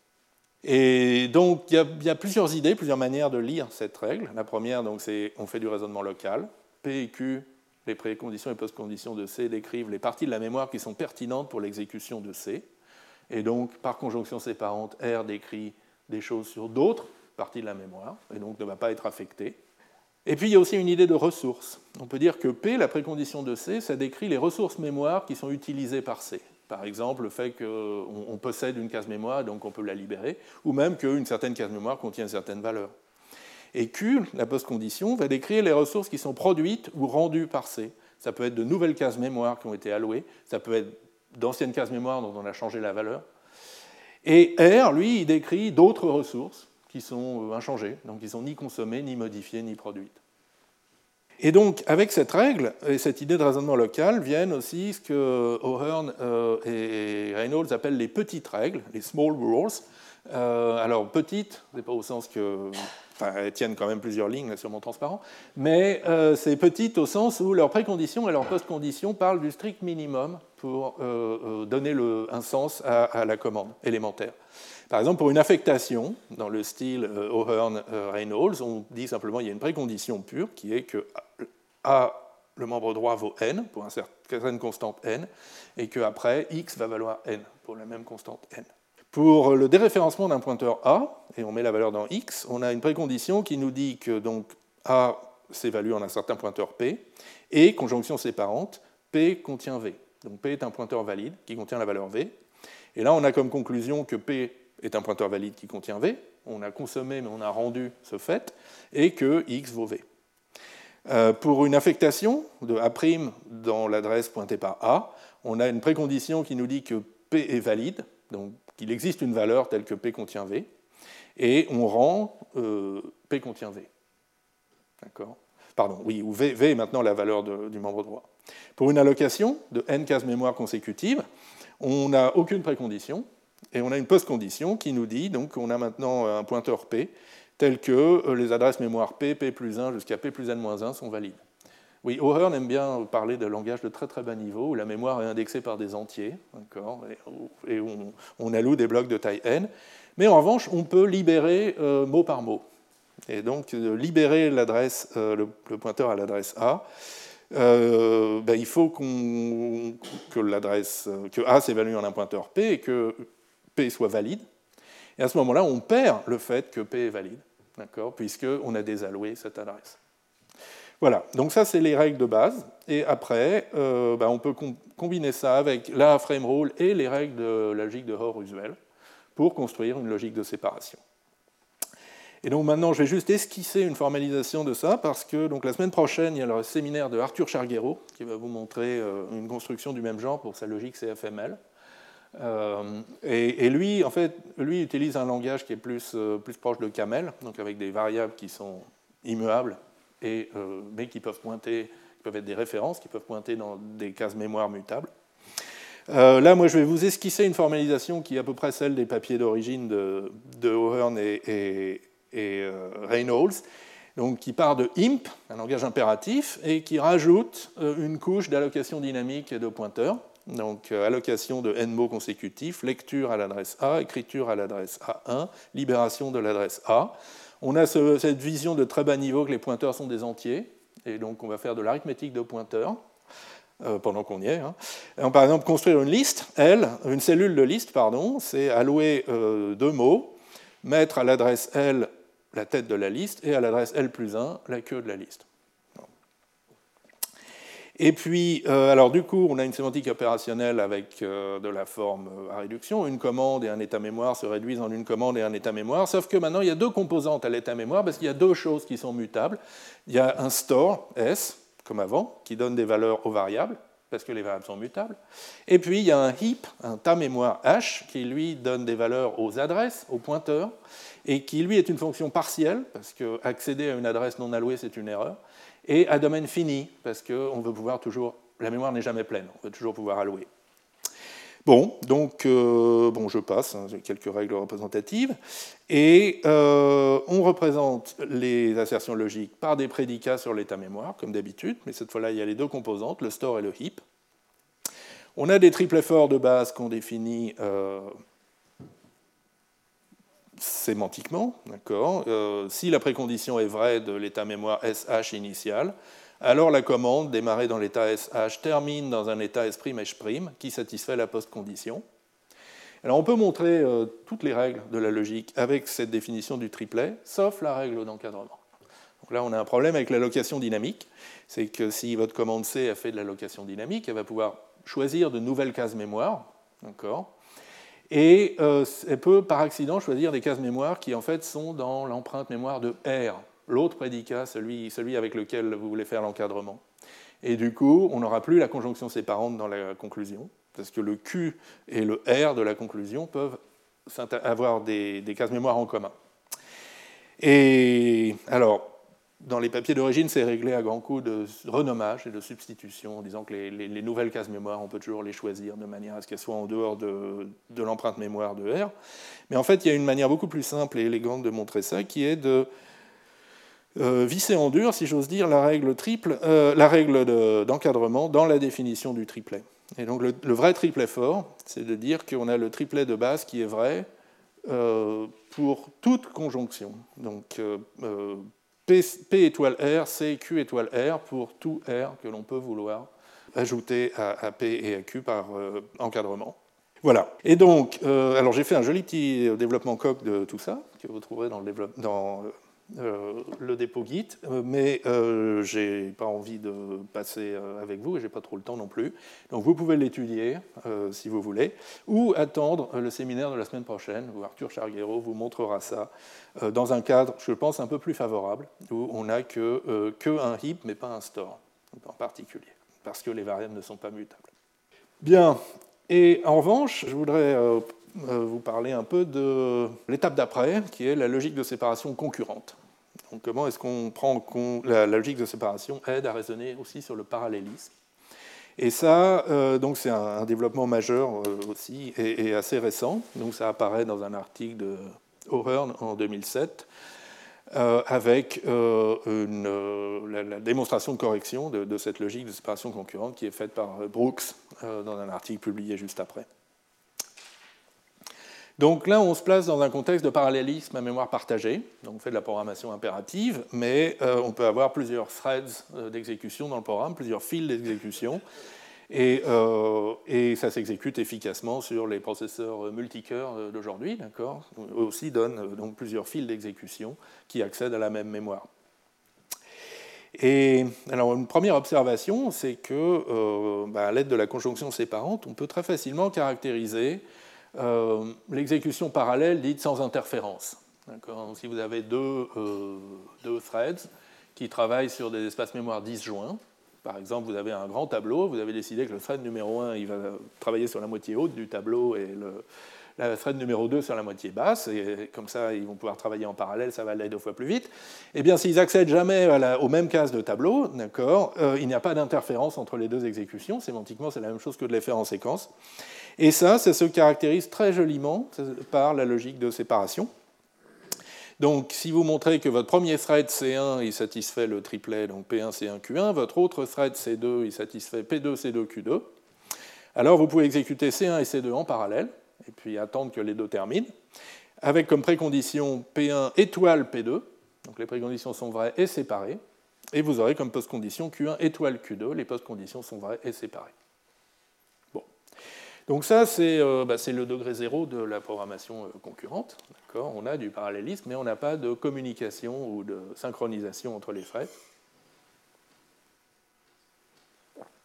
Et donc, il y, a, il y a plusieurs idées, plusieurs manières de lire cette règle. La première, donc, c'est on fait du raisonnement local. P et Q, les préconditions et postconditions de C, décrivent les parties de la mémoire qui sont pertinentes pour l'exécution de C. Et donc, par conjonction séparante, R décrit des choses sur d'autres parties de la mémoire, et donc ne va pas être affecté. Et puis, il y a aussi une idée de ressources. On peut dire que P, la précondition de C, ça décrit les ressources mémoire qui sont utilisées par C. Par exemple, le fait qu'on possède une case mémoire, donc on peut la libérer, ou même qu'une certaine case mémoire contient une certaine valeur. Et Q, la postcondition, va décrire les ressources qui sont produites ou rendues par C. Ça peut être de nouvelles cases mémoire qui ont été allouées, ça peut être d'anciennes cases mémoire dont on a changé la valeur. Et R, lui, il décrit d'autres ressources qui sont inchangées, donc qui ne sont ni consommées, ni modifiées, ni produites. Et donc, avec cette règle et cette idée de raisonnement local, viennent aussi ce que O'Hearn et Reynolds appellent les petites règles, les small rules. Euh, alors, petites, ce n'est pas au sens que... Enfin, elles tiennent quand même plusieurs lignes là, sur mon transparent, mais euh, c'est petites au sens où leurs préconditions et leurs postconditions parlent du strict minimum pour euh, euh, donner le, un sens à, à la commande élémentaire. Par exemple, pour une affectation, dans le style euh, O'Hearn-Reynolds, on dit simplement qu'il y a une précondition pure qui est que A, le membre droit, vaut n pour une certaine constante n, et qu'après, x va valoir n pour la même constante n. Pour le déréférencement d'un pointeur A, et on met la valeur dans x, on a une précondition qui nous dit que donc, A s'évalue en un certain pointeur P, et, conjonction séparante, P contient V. Donc P est un pointeur valide qui contient la valeur V. Et là, on a comme conclusion que P est un pointeur valide qui contient V. On a consommé, mais on a rendu ce fait, et que x vaut V. Euh, pour une affectation de A' dans l'adresse pointée par A, on a une précondition qui nous dit que P est valide, donc qu'il existe une valeur telle que P contient V, et on rend euh, P contient V. D'accord ? Pardon, oui, où v, v est maintenant la valeur de, du membre droit. Pour une allocation de n cases mémoire consécutives, on n'a aucune précondition, et on a une postcondition qui nous dit donc qu'on a maintenant un pointeur P, tel que les adresses mémoire P, P plus un jusqu'à P plus n moins un sont valides. Oui, O'Hearn aime bien parler de langage de très très bas niveau, où la mémoire est indexée par des entiers, et, et on, on alloue des blocs de taille n, mais en revanche, on peut libérer euh, mot par mot. Et donc, euh, libérer l'adresse, euh, le, le pointeur à l'adresse A, euh, ben, il faut qu'on, que, l'adresse, que A s'évalue en un pointeur P et que P soit valide. Et à ce moment-là, on perd le fait que P est valide, puisqu'on a désalloué cette adresse. Voilà, donc ça, c'est les règles de base. Et après, euh, ben, on peut com- combiner ça avec la frame rule et les règles de la logique de Hoare usuelle pour construire une logique de séparation. Et donc maintenant, je vais juste esquisser une formalisation de ça, parce que donc, la semaine prochaine, il y a le séminaire de Arthur Charguero, qui va vous montrer euh, une construction du même genre pour sa logique C F M L. Euh, et, et lui, en fait, lui utilise un langage qui est plus, euh, plus proche de Camel, donc avec des variables qui sont immuables, et, euh, mais qui peuvent pointer, qui peuvent être des références, qui peuvent pointer dans des cases mémoire mutables. Euh, là, moi, je vais vous esquisser une formalisation qui est à peu près celle des papiers d'origine de, de O'Hearn et, et, et euh, Reynolds, donc qui part de imp, un langage impératif, et qui rajoute euh, une couche d'allocation dynamique et de pointeurs. Donc, euh, allocation de n mots consécutifs, lecture à l'adresse A, écriture à l'adresse A un, libération de l'adresse A. On a ce, cette vision de très bas niveau que les pointeurs sont des entiers, et donc on va faire de l'arithmétique de pointeurs, euh, pendant qu'on y est. Hein. Donc, par exemple, construire une liste, L, une cellule de liste, pardon, c'est allouer euh, deux mots, mettre à l'adresse L la tête de la liste, et à l'adresse L plus un, la queue de la liste. Et puis, euh, alors du coup, on a une sémantique opérationnelle avec euh, de la forme à réduction. Une commande et un état mémoire se réduisent en une commande et un état mémoire, sauf que maintenant, il y a deux composantes à l'état mémoire, parce qu'il y a deux choses qui sont mutables. Il y a un store, S, comme avant, qui donne des valeurs aux variables, parce que les variables sont mutables. Et puis, il y a un heap, un tas mémoire H, qui lui donne des valeurs aux adresses, aux pointeurs, et qui lui est une fonction partielle, parce qu'accéder à une adresse non allouée, c'est une erreur, et à domaine fini, parce qu'on veut pouvoir toujours, la mémoire n'est jamais pleine, on veut toujours pouvoir allouer. Bon, donc, euh, bon, je passe, hein, j'ai quelques règles représentatives, et euh, on représente les assertions logiques par des prédicats sur l'état mémoire, comme d'habitude, mais cette fois-là, il y a les deux composantes, le store et le heap. On a des triplets forts de base qu'on définit euh, sémantiquement, d'accord. Euh, si la précondition est vraie de l'état mémoire S H initial, alors la commande démarrée dans l'état S H termine dans un état S' H' qui satisfait la post-condition. Alors on peut montrer euh, toutes les règles de la logique avec cette définition du triplet, sauf la règle d'encadrement. Donc là on a un problème avec la location dynamique, c'est que si votre commande C a fait de la location dynamique, elle va pouvoir choisir de nouvelles cases mémoire, d'accord. Et euh, elle peut par accident choisir des cases mémoire qui en fait sont dans l'empreinte mémoire de R, l'autre prédicat, celui, celui avec lequel vous voulez faire l'encadrement. Et du coup, on n'aura plus la conjonction séparante dans la conclusion, parce que le Q et le R de la conclusion peuvent avoir des, des cases mémoire en commun. Et alors, dans les papiers d'origine, c'est réglé à grands coups de renommage et de substitution, en disant que les, les, les nouvelles cases mémoire, on peut toujours les choisir de manière à ce qu'elles soient en dehors de, de l'empreinte mémoire de R. Mais en fait, il y a une manière beaucoup plus simple et élégante de montrer ça, qui est de euh, visser en dur, si j'ose dire, la règle, triple, euh, la règle de, d'encadrement dans la définition du triplet. Et donc le, le vrai triplet fort, c'est de dire qu'on a le triplet de base qui est vrai euh, pour toute conjonction. Donc euh, euh, P, P étoile R, C, Q étoile R pour tout R que l'on peut vouloir ajouter à, à P et à Q par euh, encadrement. Voilà. Et donc, euh, alors j'ai fait un joli petit développement coq de tout ça, que vous trouverez dans le, développe, dans, euh, le dépôt Git, mais euh, j'ai pas envie de passer avec vous, et j'ai pas trop le temps non plus. Donc vous pouvez l'étudier, euh, si vous voulez, ou attendre le séminaire de la semaine prochaine, où Arthur Charguero vous montrera ça, euh, dans un cadre, je pense, un peu plus favorable, où on n'a que, euh, que un heap, mais pas un store, en particulier, parce que les variables ne sont pas mutables. Bien. Et en revanche, je voudrais euh, vous parler un peu de l'étape d'après, qui est la logique de séparation concurrente. Donc, comment est-ce qu'on prend la logique de séparation aide à raisonner aussi sur le parallélisme. Et ça, euh, donc c'est un, un développement majeur euh, aussi et, et assez récent. Donc, ça apparaît dans un article de O'Hearn en deux mille sept. Euh, avec euh, une, euh, la, la démonstration de correction de, de cette logique de séparation concurrente qui est faite par Brooks euh, dans un article publié juste après. Donc là, on se place dans un contexte de parallélisme à mémoire partagée. Donc on fait de la programmation impérative, mais euh, on peut avoir plusieurs threads d'exécution dans le programme, plusieurs fils d'exécution. Et, euh, et ça s'exécute efficacement sur les processeurs multicœurs d'aujourd'hui, d'accord. Eux aussi donnent donc plusieurs fils d'exécution qui accèdent à la même mémoire. Et alors une première observation, c'est que euh, bah, à l'aide de la conjonction séparante, on peut très facilement caractériser euh, l'exécution parallèle dite sans interférence. Donc, si vous avez deux, euh, deux threads qui travaillent sur des espaces mémoire disjoints, par exemple, vous avez un grand tableau, vous avez décidé que le thread numéro un il va travailler sur la moitié haute du tableau et le, la thread numéro deux sur la moitié basse, et comme ça, ils vont pouvoir travailler en parallèle, ça va aller deux fois plus vite. Eh bien, s'ils accèdent jamais à la, aux mêmes cases de tableau, d'accord, euh, il n'y a pas d'interférence entre les deux exécutions. Sémantiquement, c'est la même chose que de les faire en séquence. Et ça, ça se caractérise très joliment par la logique de séparation. Donc, si vous montrez que votre premier thread C un, il satisfait le triplet, donc P un, C un, Q un, votre autre thread C deux, il satisfait P deux, C deux, Q deux, alors vous pouvez exécuter C un et C deux en parallèle, et puis attendre que les deux terminent, avec comme précondition P un étoile P deux, donc les préconditions sont vraies et séparées, et vous aurez comme postcondition Q un étoile Q deux, les postconditions sont vraies et séparées. Bon. Donc ça, c'est euh, bah, le degré zéro de la programmation euh, concurrente. On a du parallélisme, mais on n'a pas de communication ou de synchronisation entre les threads.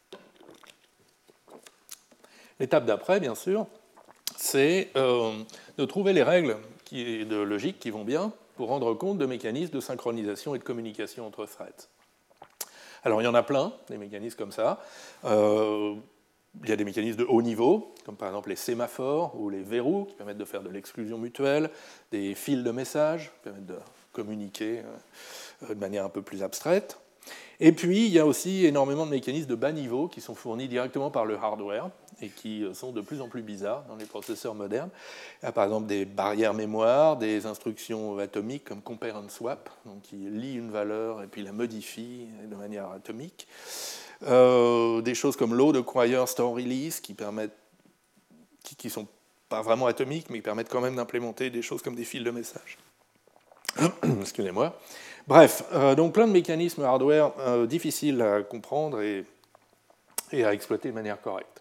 L'étape d'après, bien sûr, c'est euh, de trouver les règles qui, de logique qui vont bien pour rendre compte de mécanismes de synchronisation et de communication entre threads. Alors il y en a plein, des mécanismes comme ça. Euh, il y a des mécanismes de haut niveau, comme par exemple les sémaphores ou les verrous, qui permettent de faire de l'exclusion mutuelle, des fils de messages, qui permettent de communiquer de manière un peu plus abstraite. Et puis, il y a aussi énormément de mécanismes de bas niveau qui sont fournis directement par le hardware et qui sont de plus en plus bizarres dans les processeurs modernes. Il y a par exemple des barrières mémoire, des instructions atomiques comme compare and swap, donc qui lit une valeur et puis la modifie de manière atomique. Euh, des choses comme load acquire store release qui permettent, qui ne sont pas vraiment atomiques, mais qui permettent quand même d'implémenter des choses comme des fils de messages. Excusez-moi. Bref, euh, donc plein de mécanismes hardware euh, difficiles à comprendre et, et à exploiter de manière correcte.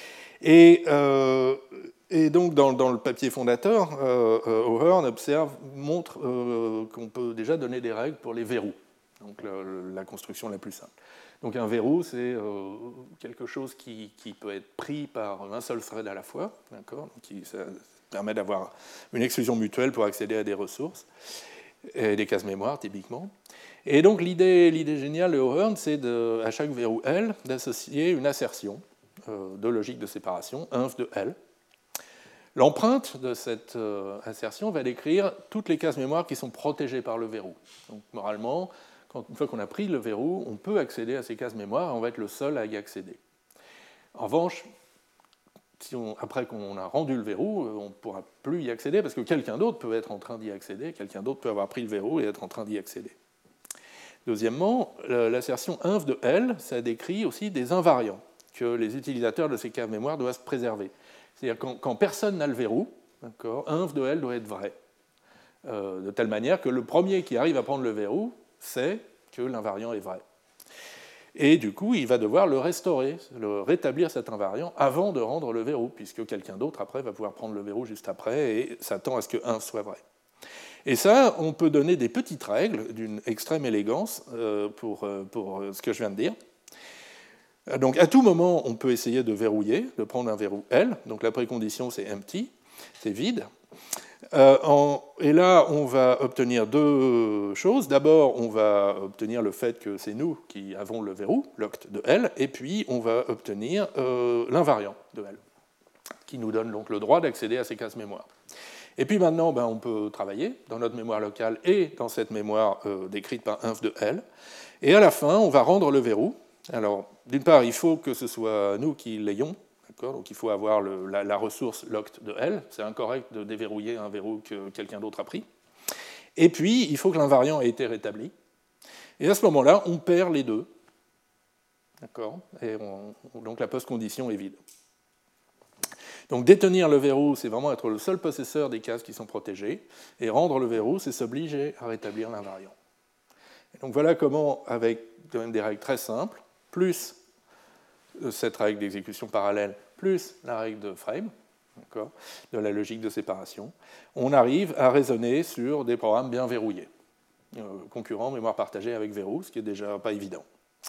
Et, euh, et donc dans, dans le papier fondateur, euh, O'Hearn observe, montre euh, qu'on peut déjà donner des règles pour les verrous, donc le, la construction la plus simple. Donc un verrou, c'est euh, quelque chose qui, qui peut être pris par un seul thread à la fois, d'accord, qui ça permet d'avoir une exclusion mutuelle pour accéder à des ressources. Et des cases mémoire typiquement. Et donc l'idée, l'idée géniale de O'Hearn, c'est de, à chaque verrou L d'associer une assertion euh, de logique de séparation, inf de L. L'empreinte de cette euh, assertion va décrire toutes les cases mémoire qui sont protégées par le verrou. Donc moralement, quand, une fois qu'on a pris le verrou, on peut accéder à ces cases mémoire et on va être le seul à y accéder. En revanche, Si on, après qu'on a rendu le verrou, on ne pourra plus y accéder parce que quelqu'un d'autre peut être en train d'y accéder, quelqu'un d'autre peut avoir pris le verrou et être en train d'y accéder. Deuxièmement, l'assertion inf de L, ça décrit aussi des invariants que les utilisateurs de ces caves mémoire doivent préserver. C'est-à-dire quand, quand personne n'a le verrou, inf de L doit être vrai, euh, de telle manière que le premier qui arrive à prendre le verrou sait que l'invariant est vrai. Et du coup, il va devoir le restaurer, le rétablir cet invariant avant de rendre le verrou, puisque quelqu'un d'autre après va pouvoir prendre le verrou juste après et s'attend à ce que inf soit vrai. Et ça, on peut donner des petites règles d'une extrême élégance pour, pour ce que je viens de dire. Donc à tout moment, on peut essayer de verrouiller, de prendre un verrou L. Donc la précondition, c'est empty, c'est vide. Euh, en, et là, on va obtenir deux choses. D'abord, on va obtenir le fait que c'est nous qui avons le verrou, l'oct de L, et puis on va obtenir euh, l'invariant de L, qui nous donne donc le droit d'accéder à ces cases mémoire. Et puis maintenant, ben, on peut travailler dans notre mémoire locale et dans cette mémoire euh, décrite par inf de L. Et à la fin, on va rendre le verrou. Alors, d'une part, il faut que ce soit nous qui l'ayons. Donc il faut avoir le, la, la ressource loct de L. C'est incorrect de déverrouiller un verrou que quelqu'un d'autre a pris. Et puis, il faut que l'invariant ait été rétabli. Et à ce moment-là, on perd les deux. D'accord ? Et on, donc la post-condition est vide. Donc détenir le verrou, c'est vraiment être le seul possesseur des cases qui sont protégées. Et rendre le verrou, c'est s'obliger à rétablir l'invariant. Et donc voilà comment, avec des règles très simples, plus cette règle d'exécution parallèle, plus la règle de frame, de la logique de séparation, on arrive à raisonner sur des programmes bien verrouillés, euh, concurrents, mémoire partagée avec verrou, ce qui n'est déjà pas évident.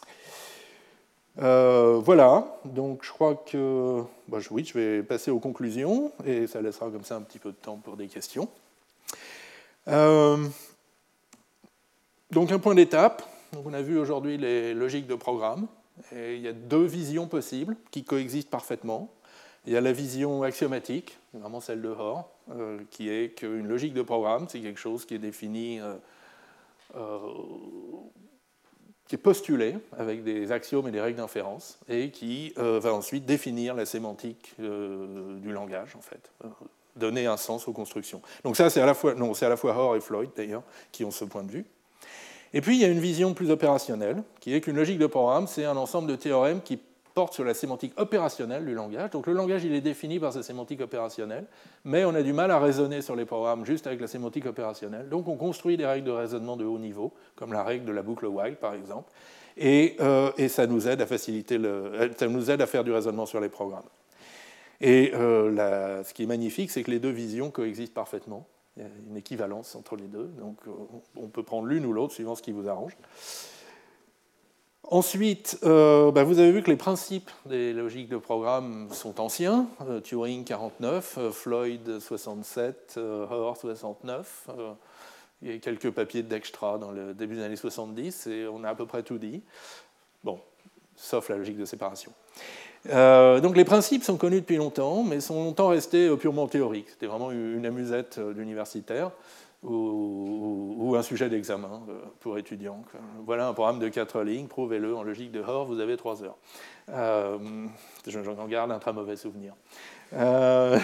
Euh, voilà, donc je crois que bah, oui, je vais passer aux conclusions, et ça laissera comme ça un petit peu de temps pour des questions. Euh, donc un point d'étape, donc on a vu aujourd'hui les logiques de programme. Et il y a deux visions possibles qui coexistent parfaitement. Il y a la vision axiomatique, vraiment celle de Hoare, euh, qui est qu'une logique de programme, c'est quelque chose qui est défini, euh, euh, qui est postulé avec des axiomes et des règles d'inférence, et qui euh, va ensuite définir la sémantique euh, du langage, en fait, euh, donner un sens aux constructions. Donc ça, c'est à la fois, non, c'est à la fois Hoare et Floyd, d'ailleurs, qui ont ce point de vue. Et puis, il y a une vision plus opérationnelle, qui est qu'une logique de programme, c'est un ensemble de théorèmes qui portent sur la sémantique opérationnelle du langage. Donc le langage, il est défini par sa sémantique opérationnelle, mais on a du mal à raisonner sur les programmes juste avec la sémantique opérationnelle. Donc on construit des règles de raisonnement de haut niveau, comme la règle de la boucle while, par exemple, et, euh, et ça nous aide à faciliter le, ça nous aide à faire du raisonnement sur les programmes. Et euh, la, ce qui est magnifique, c'est que les deux visions coexistent parfaitement. Il y a une équivalence entre les deux, donc on peut prendre l'une ou l'autre suivant ce qui vous arrange. Ensuite, euh, bah vous avez vu que les principes des logiques de programme sont anciens. Euh, Turing quarante-neuf, euh, Floyd soixante-sept, euh, Hoare soixante-neuf. Euh, il y a quelques papiers de Dijkstra dans le début des années soixante-dix et on a à peu près tout dit. Bon, sauf la logique de séparation. Euh, donc les principes sont connus depuis longtemps, mais sont longtemps restés purement théoriques. C'était vraiment une amusette d'universitaire ou, ou, ou un sujet d'examen pour étudiants. Voilà un programme de quatre lignes, prouvez-le en logique de Hoare, vous avez trois heures. Euh, J'en garde un très mauvais souvenir. Euh,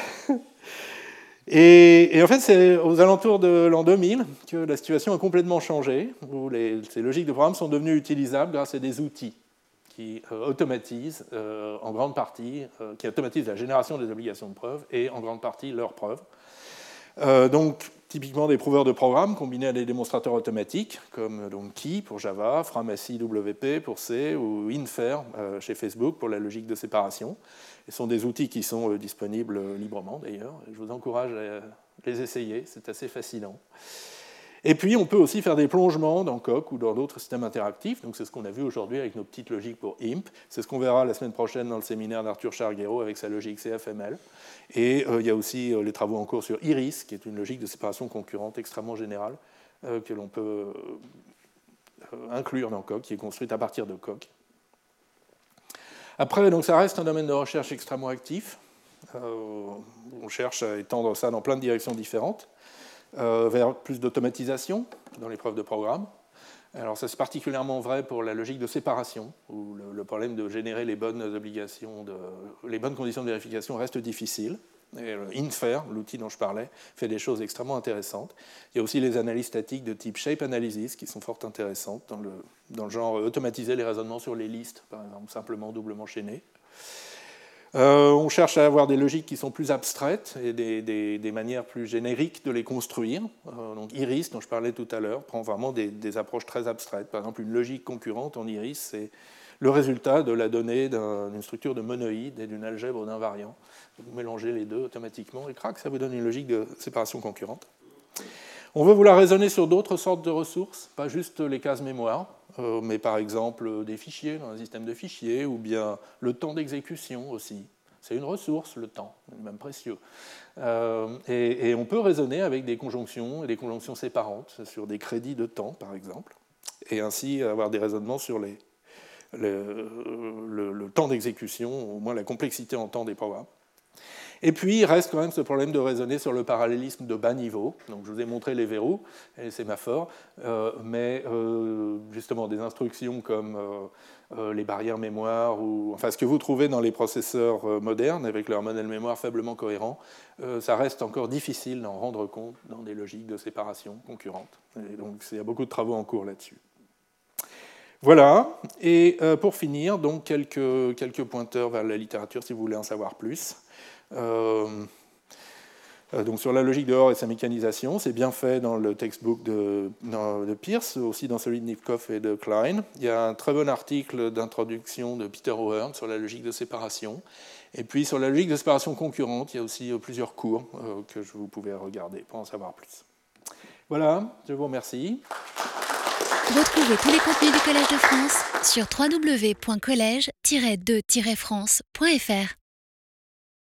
et, et en fait, c'est aux alentours de l'an deux mille que la situation a complètement changé, où les, ces logiques de programme sont devenues utilisables grâce à des outils qui euh, automatisent euh, en grande partie, euh, qui automatisent la génération des obligations de preuve et en grande partie leurs preuves. Euh, donc, typiquement des prouveurs de programmes combinés à des démonstrateurs automatiques, comme donc, Key pour Java, Framassi W P pour C, ou Infer euh, chez Facebook pour la logique de séparation. Ce sont des outils qui sont euh, disponibles librement, d'ailleurs. Je vous encourage à les essayer, c'est assez fascinant. Et puis, on peut aussi faire des plongements dans Coq ou dans d'autres systèmes interactifs. Donc, c'est ce qu'on a vu aujourd'hui avec nos petites logiques pour I M P. C'est ce qu'on verra la semaine prochaine dans le séminaire d'Arthur Charguero avec sa logique C F M L. Et euh, il y a aussi euh, les travaux en cours sur Iris, qui est une logique de séparation concurrente extrêmement générale euh, que l'on peut euh, inclure dans Coq, qui est construite à partir de Coq. Après, donc, ça reste un domaine de recherche extrêmement actif. Euh, on cherche à étendre ça dans plein de directions différentes. Euh, vers plus d'automatisation dans les preuves de programme. Alors ça c'est particulièrement vrai pour la logique de séparation, où le, le problème de générer les bonnes obligations, de, les bonnes conditions de vérification reste difficile. Et Infer, l'outil dont je parlais, fait des choses extrêmement intéressantes. Il y a aussi les analyses statiques de type shape analysis qui sont fort intéressantes dans le, dans le genre automatiser les raisonnements sur les listes, par exemple, simplement doublement chaînés. Euh, on cherche à avoir des logiques qui sont plus abstraites et des, des, des manières plus génériques de les construire. Euh, donc Iris, dont je parlais tout à l'heure, prend vraiment des, des approches très abstraites. Par exemple, une logique concurrente en Iris, c'est le résultat de la donnée d'une structure de monoïde et d'une algèbre d'invariants. Vous mélangez les deux automatiquement et crac, ça vous donne une logique de séparation concurrente. On veut vouloir raisonner sur d'autres sortes de ressources, pas juste les cases mémoire, euh, mais par exemple des fichiers dans un système de fichiers, ou bien le temps d'exécution aussi. C'est une ressource, le temps, même précieux. Euh, et, et on peut raisonner avec des conjonctions et des conjonctions séparantes sur des crédits de temps, par exemple, et ainsi avoir des raisonnements sur les, le, le, le temps d'exécution, au moins la complexité en temps des programmes. Et puis, il reste quand même ce problème de raisonner sur le parallélisme de bas niveau. Donc, je vous ai montré les verrous et les sémaphores, euh, mais euh, justement, des instructions comme euh, euh, les barrières mémoire, ou enfin, ce que vous trouvez dans les processeurs euh, modernes, avec leur modèle mémoire faiblement cohérent, euh, ça reste encore difficile d'en rendre compte dans des logiques de séparation concurrentes. Et donc, il y a beaucoup de travaux en cours là-dessus. Voilà, et euh, pour finir, donc, quelques, quelques pointeurs vers la littérature, si vous voulez en savoir plus. Euh, donc sur la logique de Hoare et sa mécanisation, c'est bien fait dans le textbook de, de Peirce, aussi dans celui de Nipkow et de Klein. Il y a un très bon article d'introduction de Peter O'Hearn sur la logique de séparation. Et puis sur la logique de séparation concurrente, il y a aussi plusieurs cours euh, que vous pouvez regarder pour en savoir plus. Voilà, je vous remercie. Retrouvez tous les contenus du Collège de France sur w w w point collège tiret de tiret france point f r.